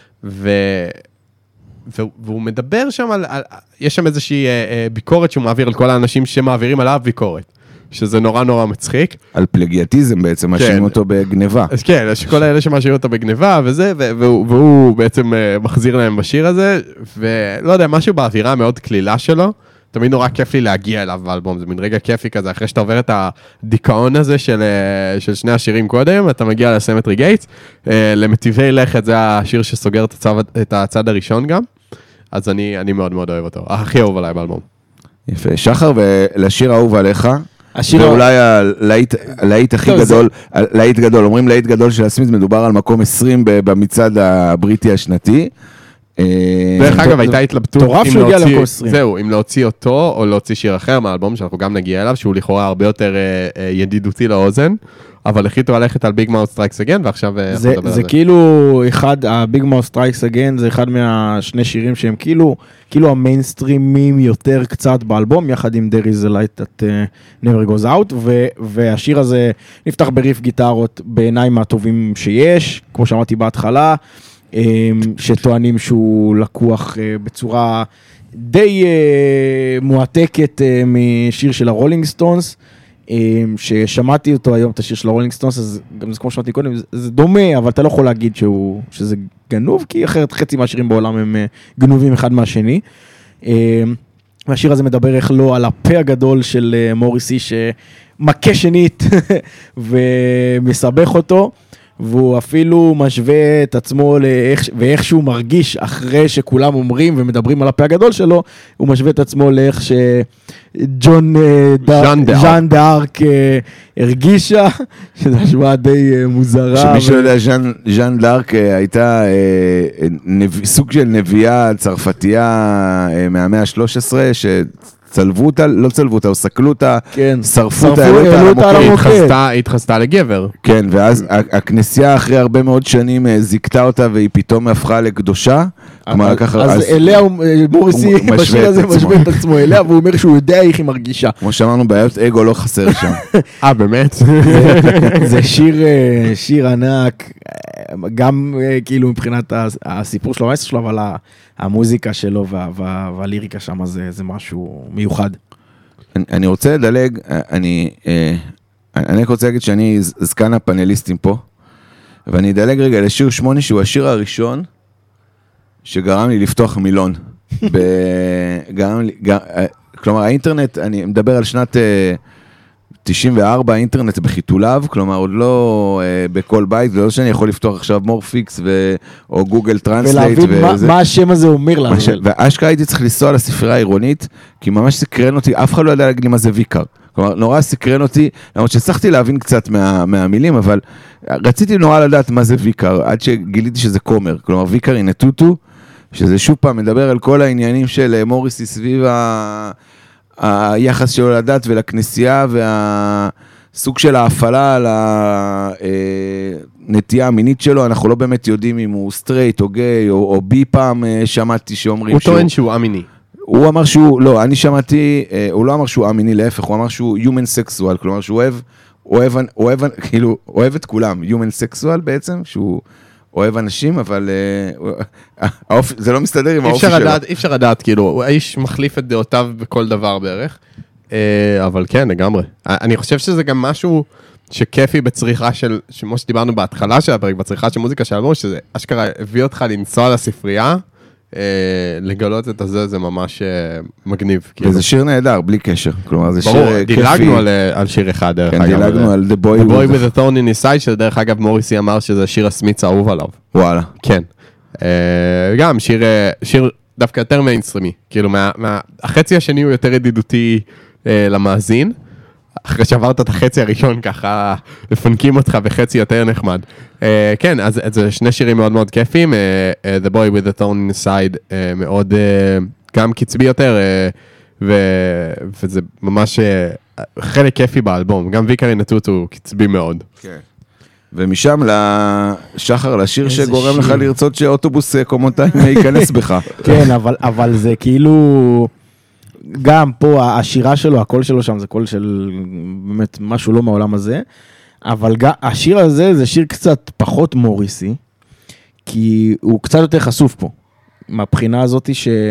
והוא מדבר שם יש שם איזושהי ביקורת שהוא מעביר על כל האנשים שמעבירים עליו ביקורת. שזה נורא נורא מצחיק. על פלגיאטיזם בעצם, מאשימים אותו בגניבה. אז כן, יש כל האלה שמאשימים אותו בגניבה וזה, והוא בעצם מחזיר להם בשיר הזה, ולא יודע, משהו באווירה מאוד כלילה שלו, תמיד נורא כיף לי להגיע אליו באלבום, זה מין רגע כיפי כזה, אחרי שאתה עובר את הדיכאון הזה של שני השירים קודם, אתה מגיע לסמטרי גייטס, למטיבי לכת, זה השיר שסוגר את הצד הראשון גם, אז אני מאוד מאוד אוהב אותו, הכי אהוב עליי באלבום. יפה, שחר, ולשיר האהוב עליך, ואולי הלהיט הכי גדול, להיט גדול, אומרים להיט גדול של הסמית, מדובר על מקום 20 במצעד הבריטי השנתי. דרך אגב, הייתה התלבטות אם להוציא אותו או להוציא שיר אחר מהאלבום, שאנחנו גם נגיע אליו, שהוא לכאורה הרבה יותר ידידותי לאוזן, אבל החליטו ללכת על ביג מאוט סטרייקס אגן, ועכשיו אנחנו נדבר על זה. זה כאילו אחד, הביג מאוט סטרייקס אגן, זה אחד מהשני שירים שהם כאילו המיינסטרימים יותר קצת באלבום, יחד עם There is a light that never goes out, והשיר הזה נפתח בריף גיטרות בעיניי מהטובים שיש, כמו שאמרתי בהתחלה, שטוענים שהוא לקוח בצורה די מועתקת משיר של הרולינג סטונס, ששמעתי אותו היום, את השיר של הרולינג סטונס, אז גם זה כמו שמעתי קודם, זה דומה, אבל אתה לא יכול להגיד שזה גנוב, כי אחרת חצי מהשירים בעולם הם גנובים אחד מהשני. והשיר הזה מדבר איך לא על הפה הגדול של מוריסי שמכה שנית ומסבך אותו, והוא אפילו משווה את עצמו ואיך שהוא מרגיש אחרי שכולם אומרים ומדברים על הפה הגדול שלו, הוא משווה את עצמו לאיך ז'אן ד'ארק הרגישה, שזו השוואה די מוזרה. שמישהו יודע, ז'אן ד'ארק הייתה סוג של נביאה צרפתייה מהמאה ה-13, צלבו אותה, לא צלבו אותה, או סקלו אותה, שרפו אותה, העלו אותה על המוקד. היא התחסתה לגבר. כן, ואז הכנסייה אחרי הרבה מאוד שנים זיקתה אותה, והיא פתאום הפכה לקדושה. אז אליה מוריסי בשיר הזה משווה את עצמו אליה, והוא אומר שהוא יודע איך היא מרגישה. כמו שאמרנו, בעיות אגו לא חסר שם. באמת? זה שיר ענק, גם כאילו מבחינת הסיפור שלו, המסר שלו, אבל המוזיקה שלו והליריקה שם זה משהו מיוחד. אני רוצה לדלג, אני רוצה להגיד שאני זקן הפאנליסטים פה, ואני אדלג רגע לשיר 8, שהוא השיר הראשון שגרם לי לפתוח מילון. כלומר, האינטרנט, אני מדבר על שנת 94, האינטרנט בחיתוליו, כלומר, עוד לא בכל בית, ולא שאני יכול לפתוח עכשיו מורפיקס או גוגל טרנסלייט. ולהבין מה השם הזה אומר לנו. ואשכרה הייתי צריך לנסוע לספרייה העירונית, כי ממש סקרן אותי, אף אחד לא ידע להגיד לי מה זה ויקר. כלומר, נורא סקרן אותי, למרות שצריכתי להבין קצת מהמילים, אבל רציתי נורא לדעת מה זה ויקר, עד שגיליתי שזה קומר. כלומר, ויקר הנה טוטו, שזה שוב פעם מדבר על כל העניינים של מוריסי סביב היחס שלו לדת ולכנסייה, והסוג של ההפעלה על הנטייה המינית שלו, אנחנו לא באמת יודעים אם הוא סטרייט או גיי, או בי פעם שמעתי שאומרים שהוא... הוא טוען שהוא אמיני. הוא אמר שהוא, לא, אני שמעתי, הוא לא אמר שהוא אמיני, להפך, הוא אמר שהוא human sexual, כלומר שהוא אוהב את כולם, human sexual בעצם, שהוא אוהב אנשים, אבל זה לא מסתדר עם האופי שלו. אי אפשר לדעת, כאילו, האיש מחליף את דעותיו בכל דבר בערך, אבל כן, לגמרי. אני חושב שזה גם משהו שכיפי בצריכה של, כמו שדיברנו בהתחלה של הפרק, בצריכה של מוזיקה של אלבום, שזה אשכרה הביא אותך לנסוע לספרייה, לגלות את הזה, זה ממש מגניב. וזה שיר נהדר, בלי קשר. כלומר, זה שיר כיפי. ברור, דילגנו על שיר אחד, דרך אגב. כן, דילגנו על The Boy with a Thorn in His Side, שדרך אגב מוריסי אמר שזה שיר הסמיץ האהוב עליו. וואלה. כן. גם שיר דווקא יותר מיינסטרימי. כאילו, החצי השני הוא יותר ידידותי למאזין, אחרי שעברת את החצי הראשון ככה, לפנקים אותך בחצי יותר נחמד. כן, אז זה שני שירים מאוד מאוד כיפים, The Boy with the Thorn in the Side, מאוד גם קצבי יותר, וזה ממש חלק כיפי באלבום, גם ויקר אין הטוטו הוא קצבי מאוד. כן. ומשם לשחר, לשיר שגורם לך לרצות שאוטובוס קומותיים ייכנס בך. כן, אבל זה כאילו... גם פה השירה שלו, הקול שלו שם זה קול של באמת משהו לא מהעולם הזה, אבל השיר הזה זה שיר קצת פחות מוריסי, כי הוא קצת יותר חשוף פה, מהבחינה הזאת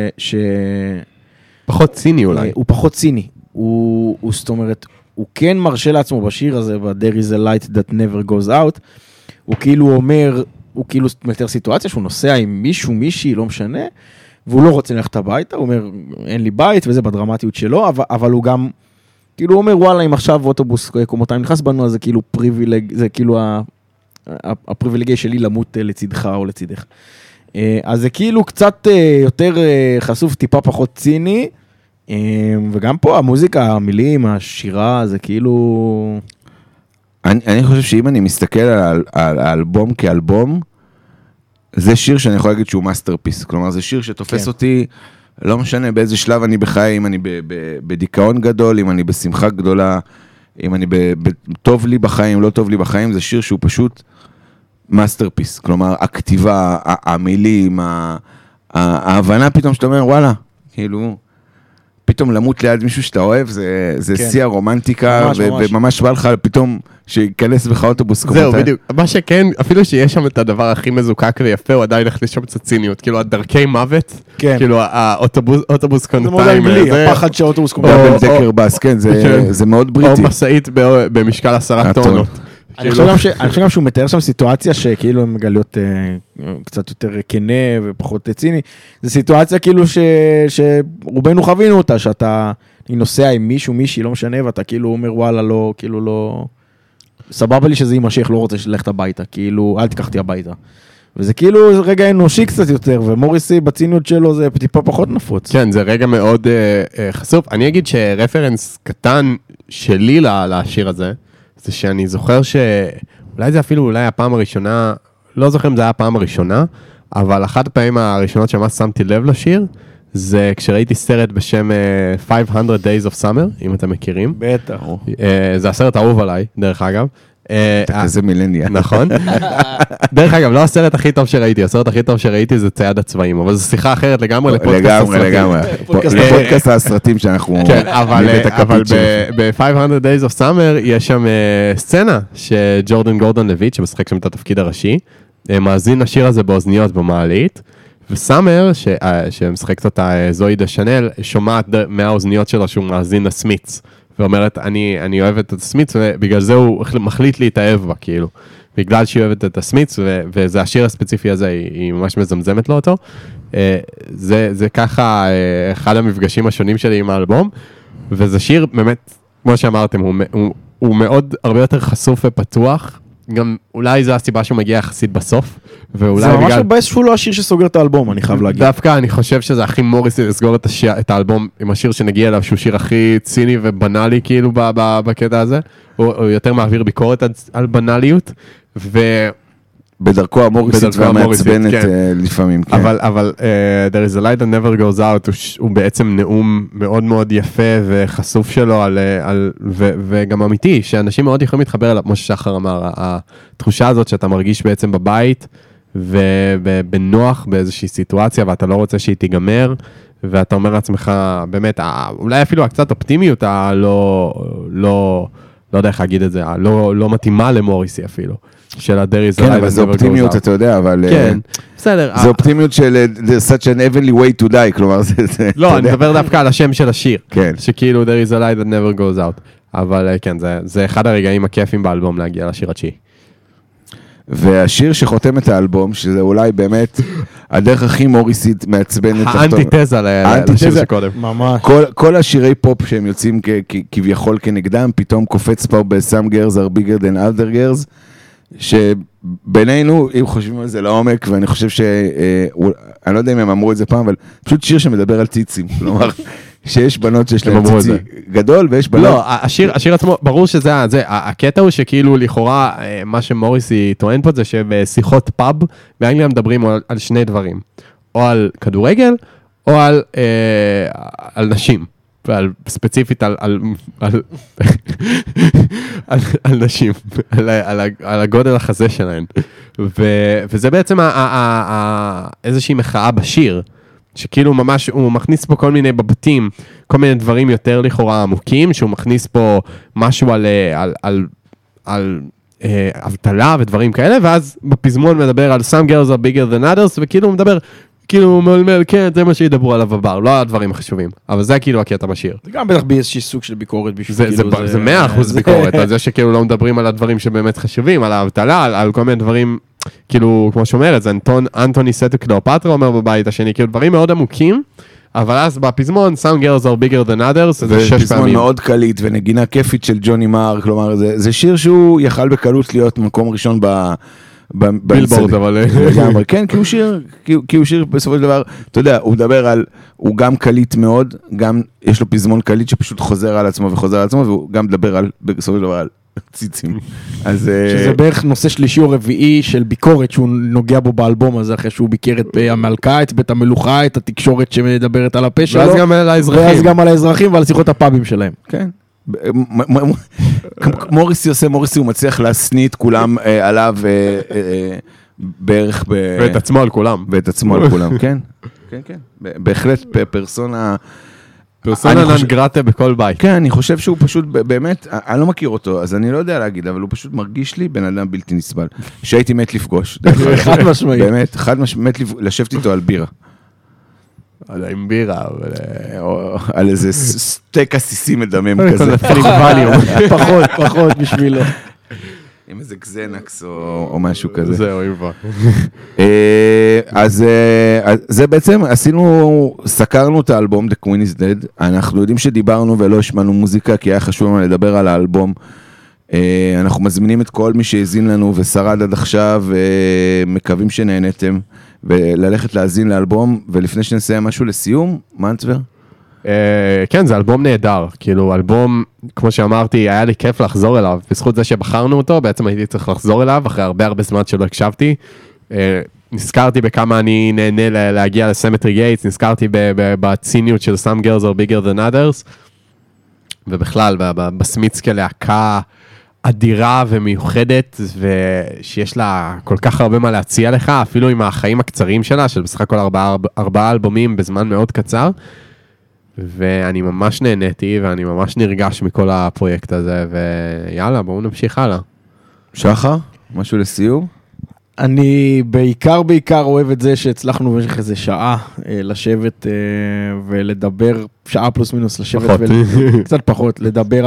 פחות ציני אולי. הוא פחות ציני, זאת אומרת, הוא כן מרשה לעצמו בשיר הזה, ב-There is a light that never goes out, הוא כאילו אומר, הוא כאילו מתאר סיטואציה שהוא נוסע עם מישהו, מישהי, לא משנה, והוא לא רוצה ללכת הביתה, הוא אומר, אין לי בית, וזה בדרמטיות שלו, אבל הוא גם, כאילו הוא אומר, וואלה, אם עכשיו אוטובוס קומותיים נכנס בנו, אז זה כאילו פריבילג, זה כאילו הפריבילגיה שלי למות לצדך או לצדך. אז זה כאילו קצת יותר חשוף, טיפה פחות ציני, וגם פה המוזיקה, המילים, השירה, זה כאילו... אני חושב שאם אני מסתכל על האלבום כאלבום, זה שיר שאני יכול להגיד שהוא מאסטרפיס, כלומר זה שיר שתופס אותי, לא משנה באיזה שלב אני בחיי, אם אני בדיכאון גדול, אם אני בשמחה גדולה, אם אני טוב לי בחיים, לא טוב לי בחיים, זה שיר שהוא פשוט מאסטרפיס, כלומר הכתיבה, המילים, ההבנה פתאום שאתה אומר וואלה, כאילו, פתאום למות ליד מישהו שאתה אוהב, זה שיא הרומנטיקה, וממש בא לך פתאום שיכנס בך אוטובוס קומותיים. זהו, בדיוק. מה שכן, אפילו שיש שם את הדבר הכי מזוקק ויפה, הוא עדיין הכניס שם קצת ציניות, כאילו הדרכי מוות, כאילו האוטובוס קומותיים. זה מאוד אנגלי, הפחד שהאוטובוס קומותיים. דאבל דקר בס, כן, זה מאוד בריטי. או מסעית במשקל 10 טונות. אני חושב גם שהוא מתאר שם סיטואציה שכאילו הם מגלה להיות קצת יותר כנה ופחות ציני. זו סיטואציה כאילו שרובנו חווינו אותה, שאתה נוסע עם מישהו, מישהי, לא משנה, ואתה כאילו אומר וואלה, לא, כאילו לא... סבבה לי שזה יימשך, לא רוצה ללכת הביתה, כאילו, אל תיקחתי הביתה. וזה כאילו רגע אנושי קצת יותר, ומוריסי בציניות שלו זה טיפה פחות נפוץ. כן, זה רגע מאוד חשוף. אני אגיד שרפרנס קטן שלי לשיר הזה, זה שאני זוכר שאולי זה אפילו אולי הפעם הראשונה, לא זוכר אם זה היה הפעם הראשונה, אבל אחת הפעמים הראשונות שממש שמתי לב לשיר, זה כשראיתי סרט בשם 500 Days of Summer, אם אתם מכירים. בטח. זה הסרט האהוב עליי, דרך אגב. אתה כזה מילניה. נכון. דרך אגב, לא הסרט הכי טוב שראיתי, הסרט הכי טוב שראיתי זה צייד הצבעים, אבל זו שיחה אחרת לגמרי לפודקאסט הסרטים. לגמרי. לפודקאסט הסרטים שאנחנו... כן, אבל ב-500 Days of Summer יש שם סצנה שג'ורדן גורדון לויט, שמשחק שם את התפקיד הראשי, מאזין לשיר הזה באוזניות במעלית, וסאמר, שמשחקת אותה זוהי דה שנל, שומעת מהאוזניות שלו שהוא מאזין לסמיץ, ואומרת, אני אוהבת את הסמיץ, ובגלל זה הוא מחליט להתאהב בה, כאילו. בגלל שהיא אוהבת את הסמיץ, וזה השיר הספציפי הזה, היא ממש מזמזמת לו אותו. זה ככה אחד המפגשים השונים שלי עם האלבום, וזה שיר באמת, כמו שאמרתם, הוא מאוד הרבה יותר חשוף ופתוח, גם אולי זו הסיבה שהוא מגיע יחסית בסוף, זה ממש מבאס שהוא לא השיר שסוגר את האלבום, אני חייב להגיד. דווקא אני חושב שזה הכי מוריסי לסגור את האלבום עם השיר שנגיע אליו, שהוא שיר הכי ציני ובנאלי כאילו בקטע הזה, הוא יותר מעביר ביקורת על בנאליות, בדרכו המוריסית והמעצבנת לפעמים. אבל There is a light that never goes out, הוא בעצם נאום מאוד מאוד יפה וחשוף שלו, וגם אמיתי, שאנשים מאוד יכולים להתחבר אליו, כמו ששחר אמר, התחושה הזאת שאתה מרגיש בעצם בבית, ובנוח באיזושהי סיטואציה, ואתה לא רוצה שהיא תיגמר, ואתה אומר לעצמך, באמת, אולי אפילו הקצת אופטימיות, לא יודע איך להגיד את זה, לא מתאימה למוריסי אפילו. של ה-There is a light that never goes out. כן, אבל זה אופטימיות, אתה יודע, אבל... כן, בסדר. זה אופטימיות של such an heavenly way to die, כלומר זה... לא, אני מדבר דווקא על השם של השיר. כן. שכאילו There is a light that never goes out. אבל כן, זה אחד הרגעים הכיפים באלבום להגיע לשיר התשיעי. והשיר שחותם את האלבום, שזה אולי באמת הדרך הכי מוריסית מעצבנת. האנטיתזה לשיר שקודם. ממש. כל השירי פופ שהם יוצאים כביכול כנגדם, פתאום קופץ פה ב-Some girls are bigger than other girls, שבינינו, אם חושבים על זה לעומק, ואני חושב אני לא יודע אם הם אמרו את זה פעם, אבל פשוט שיר שמדבר על ציצים, כלומר, שיש בנות שיש להם ציצי גדול, ויש בנות... לא, השיר עצמו, ברור שזה, הקטע הוא שכאילו לכאורה, מה שמוריסי טוען פה זה שבשיחות פאב, באנגליה מדברים על שני דברים, או על כדורגל, או על נשים. ספציפית על נשים, על הגודל החזה שלהן. וזה בעצם איזושהי מחאה בשיר, שכאילו ממש הוא מכניס פה כל מיני בבתים, כל מיני דברים יותר לכאורה עמוקים, שהוא מכניס פה משהו על אבטלה ודברים כאלה, ואז בפזמון מדבר על some girls are bigger than others, וכאילו הוא מדבר... כאילו הוא מלמל, כן, זה מה שידברו עליו בבר, לא הדברים החשובים, אבל זה כאילו הקטע בשיר. זה גם בטח באיזושהי סוג של ביקורת בשביל כאילו זה 100% ביקורת, על זה שכאילו לא מדברים על הדברים שבאמת חשובים, על האבטלה, על כל מיני דברים, כאילו, כמו שאומרת, זה אנטוני סטו קליאופטרה אומר בבית השני, כאילו דברים מאוד עמוקים, אבל אז בפזמון, some girls are bigger than others, זה 6 פעמים. פזמון מאוד קליט ונגינה כיפית של ג'וני מר, כלומר, זה שיר שהוא יכל בקלות להיות מקום ראשון בילבורד, אבל... כן, כי הוא שיר בסופו של דבר, אתה יודע, הוא מדבר על, הוא גם קליט מאוד, גם יש לו פזמון קליט שפשוט חוזר על עצמו וחוזר על עצמו, והוא גם מדבר על, בסופו של דבר, על ציצים. שזה בערך נושא שלישי או רביעי של ביקורת שהוא נוגע בו באלבום הזה, אחרי שהוא ביקר את המלכה, את בית המלוכה, את התקשורת שמדברת על הפה שלו. ואז גם על האזרחים. ואז גם על האזרחים ועל שיחות הפאבים שלהם. כן. מוריסי הוא מצליח להסניא את כולם עליו בערך ואת עצמו על כולם. ואת עצמו על כולם, כן. כן. בהחלט פרסונה נן גרטה בכל בית. כן, אני חושב שהוא פשוט באמת, אני לא מכיר אותו, אז אני לא יודע להגיד, אבל הוא פשוט מרגיש לי בן אדם בלתי נסבל. שהייתי מת לפגוש. חד משמעי. באמת, חד משמעית לשבת איתו על בירה. עם בירה, על איזה סטייק עסיסי מדמם כזה. פחות בשבילו. עם איזה גזנקס או משהו כזה. זהו, אם כבר. אז זה בעצם, סקרנו את האלבום The Queen is Dead, אנחנו יודעים שדיברנו ולא השמענו מוזיקה, כי היה חשוב לנו לדבר על האלבום. אנחנו מזמינים את כל מי שהזין לנו ושרד עד עכשיו, מקווים שנהנתם, וללכת להזין לאלבום, ולפני שנסיים משהו לסיום, מה אנצבר? כן, זה אלבום נהדר, כאילו אלבום, כמו שאמרתי, היה לי כיף לחזור אליו, בזכות זה שבחרנו אותו, בעצם הייתי צריך לחזור אליו, אחרי הרבה זמן שלא הקשבתי, נזכרתי בכמה אני נהנה להגיע לסמטרי גייטס, נזכרתי בציניות של Some Girls are Bigger Than Others, ובכלל, בסמיץ כלהקה אדירה ומיוחדת, ושיש לה כל כך הרבה מה להציע לך, אפילו עם החיים הקצרים שלה, של בסך הכל 4 אלבומים בזמן מאוד קצר, ואני ממש נהניתי, ואני ממש נרגש מכל הפרויקט הזה, ויאללה, בואו נמשיך הלאה. שחר, משהו לסיום? אני בעיקר אוהב את זה שהצלחנו במשך איזה שעה לשבת ולדבר, שעה פלוס מינוס לשבת, קצת פחות, לדבר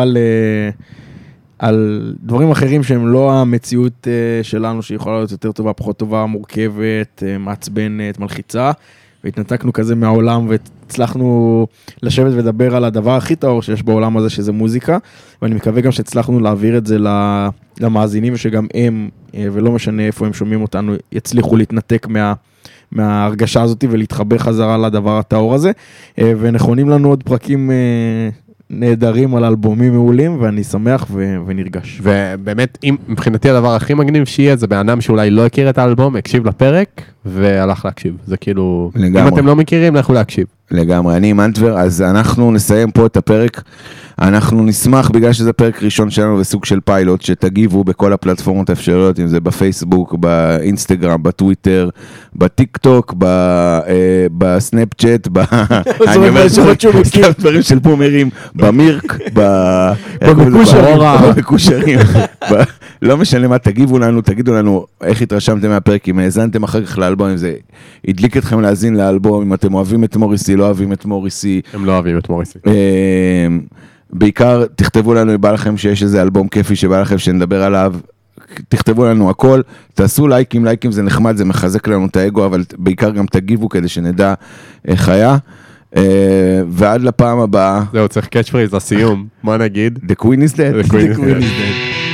על דברים אחרים שהם לא המציאות שלנו, שיכולה להיות יותר טובה, פחות טובה, מורכבת, מעצבנת, מלחיצה, והתנתקנו כזה מהעולם, והצלחנו לשבת ולדבר על הדבר הכי טהור שיש בעולם הזה, שזה מוזיקה, ואני מקווה גם שהצלחנו להעביר את זה למאזינים, ושגם הם, ולא משנה איפה הם שומעים אותנו, יצליחו להתנתק מההרגשה הזאת, ולהתחבר חזרה לדבר הטהור הזה, ונכונים לנו עוד פרקים נהדרים על אלבומים מעולים, ואני שמח ונרגש. ובאמת, מבחינתי הדבר הכי מגניב שיהיה, זה באדם שאולי לא הכיר את האלבום, הקשיב לפרק, והלך להקשיב. זה כאילו, לגמרי. אם אתם לא מכירים, לכו להקשיב. לגמרי, אני עם אנטבר, אז אנחנו נסיים פה את הפרק, אנחנו נשמח, בגלל שזה פרק ראשון שלנו וסוג של פיילוט, שתגיבו בכל הפלטפורמות האפשריות, אם זה בפייסבוק, באינסטגרם, בטוויטר, בטיק טוק, בסנאפצ'אט, אני אומר סתם דברים של פומרים, במירק, בקושרים, לא משנה מה, תגיבו לנו, תגידו לנו איך התרשמתם מהפרק, אם האזנתם אחר כך לאלבום, אם זה הדליק אתכם להזין לאלבום, אם אתם אוהבים את מוריסי, לא אוהבים את מוריסי. הם לא אוהבים את מוריסי. בעיקר תכתבו לנו אם בא לכם שיש איזה אלבום כיפי שבא לכם שנדבר עליו, תכתבו לנו הכל, תעשו לייקים זה נחמד, זה מחזק לנו את האגו, אבל בעיקר גם תגיבו כדי שנדע איך היה. ועד לפעם הבאה. זהו, צריך קאץ' פרייז לסיום, מה נגיד? The Queen is Dead. The Queen is Dead.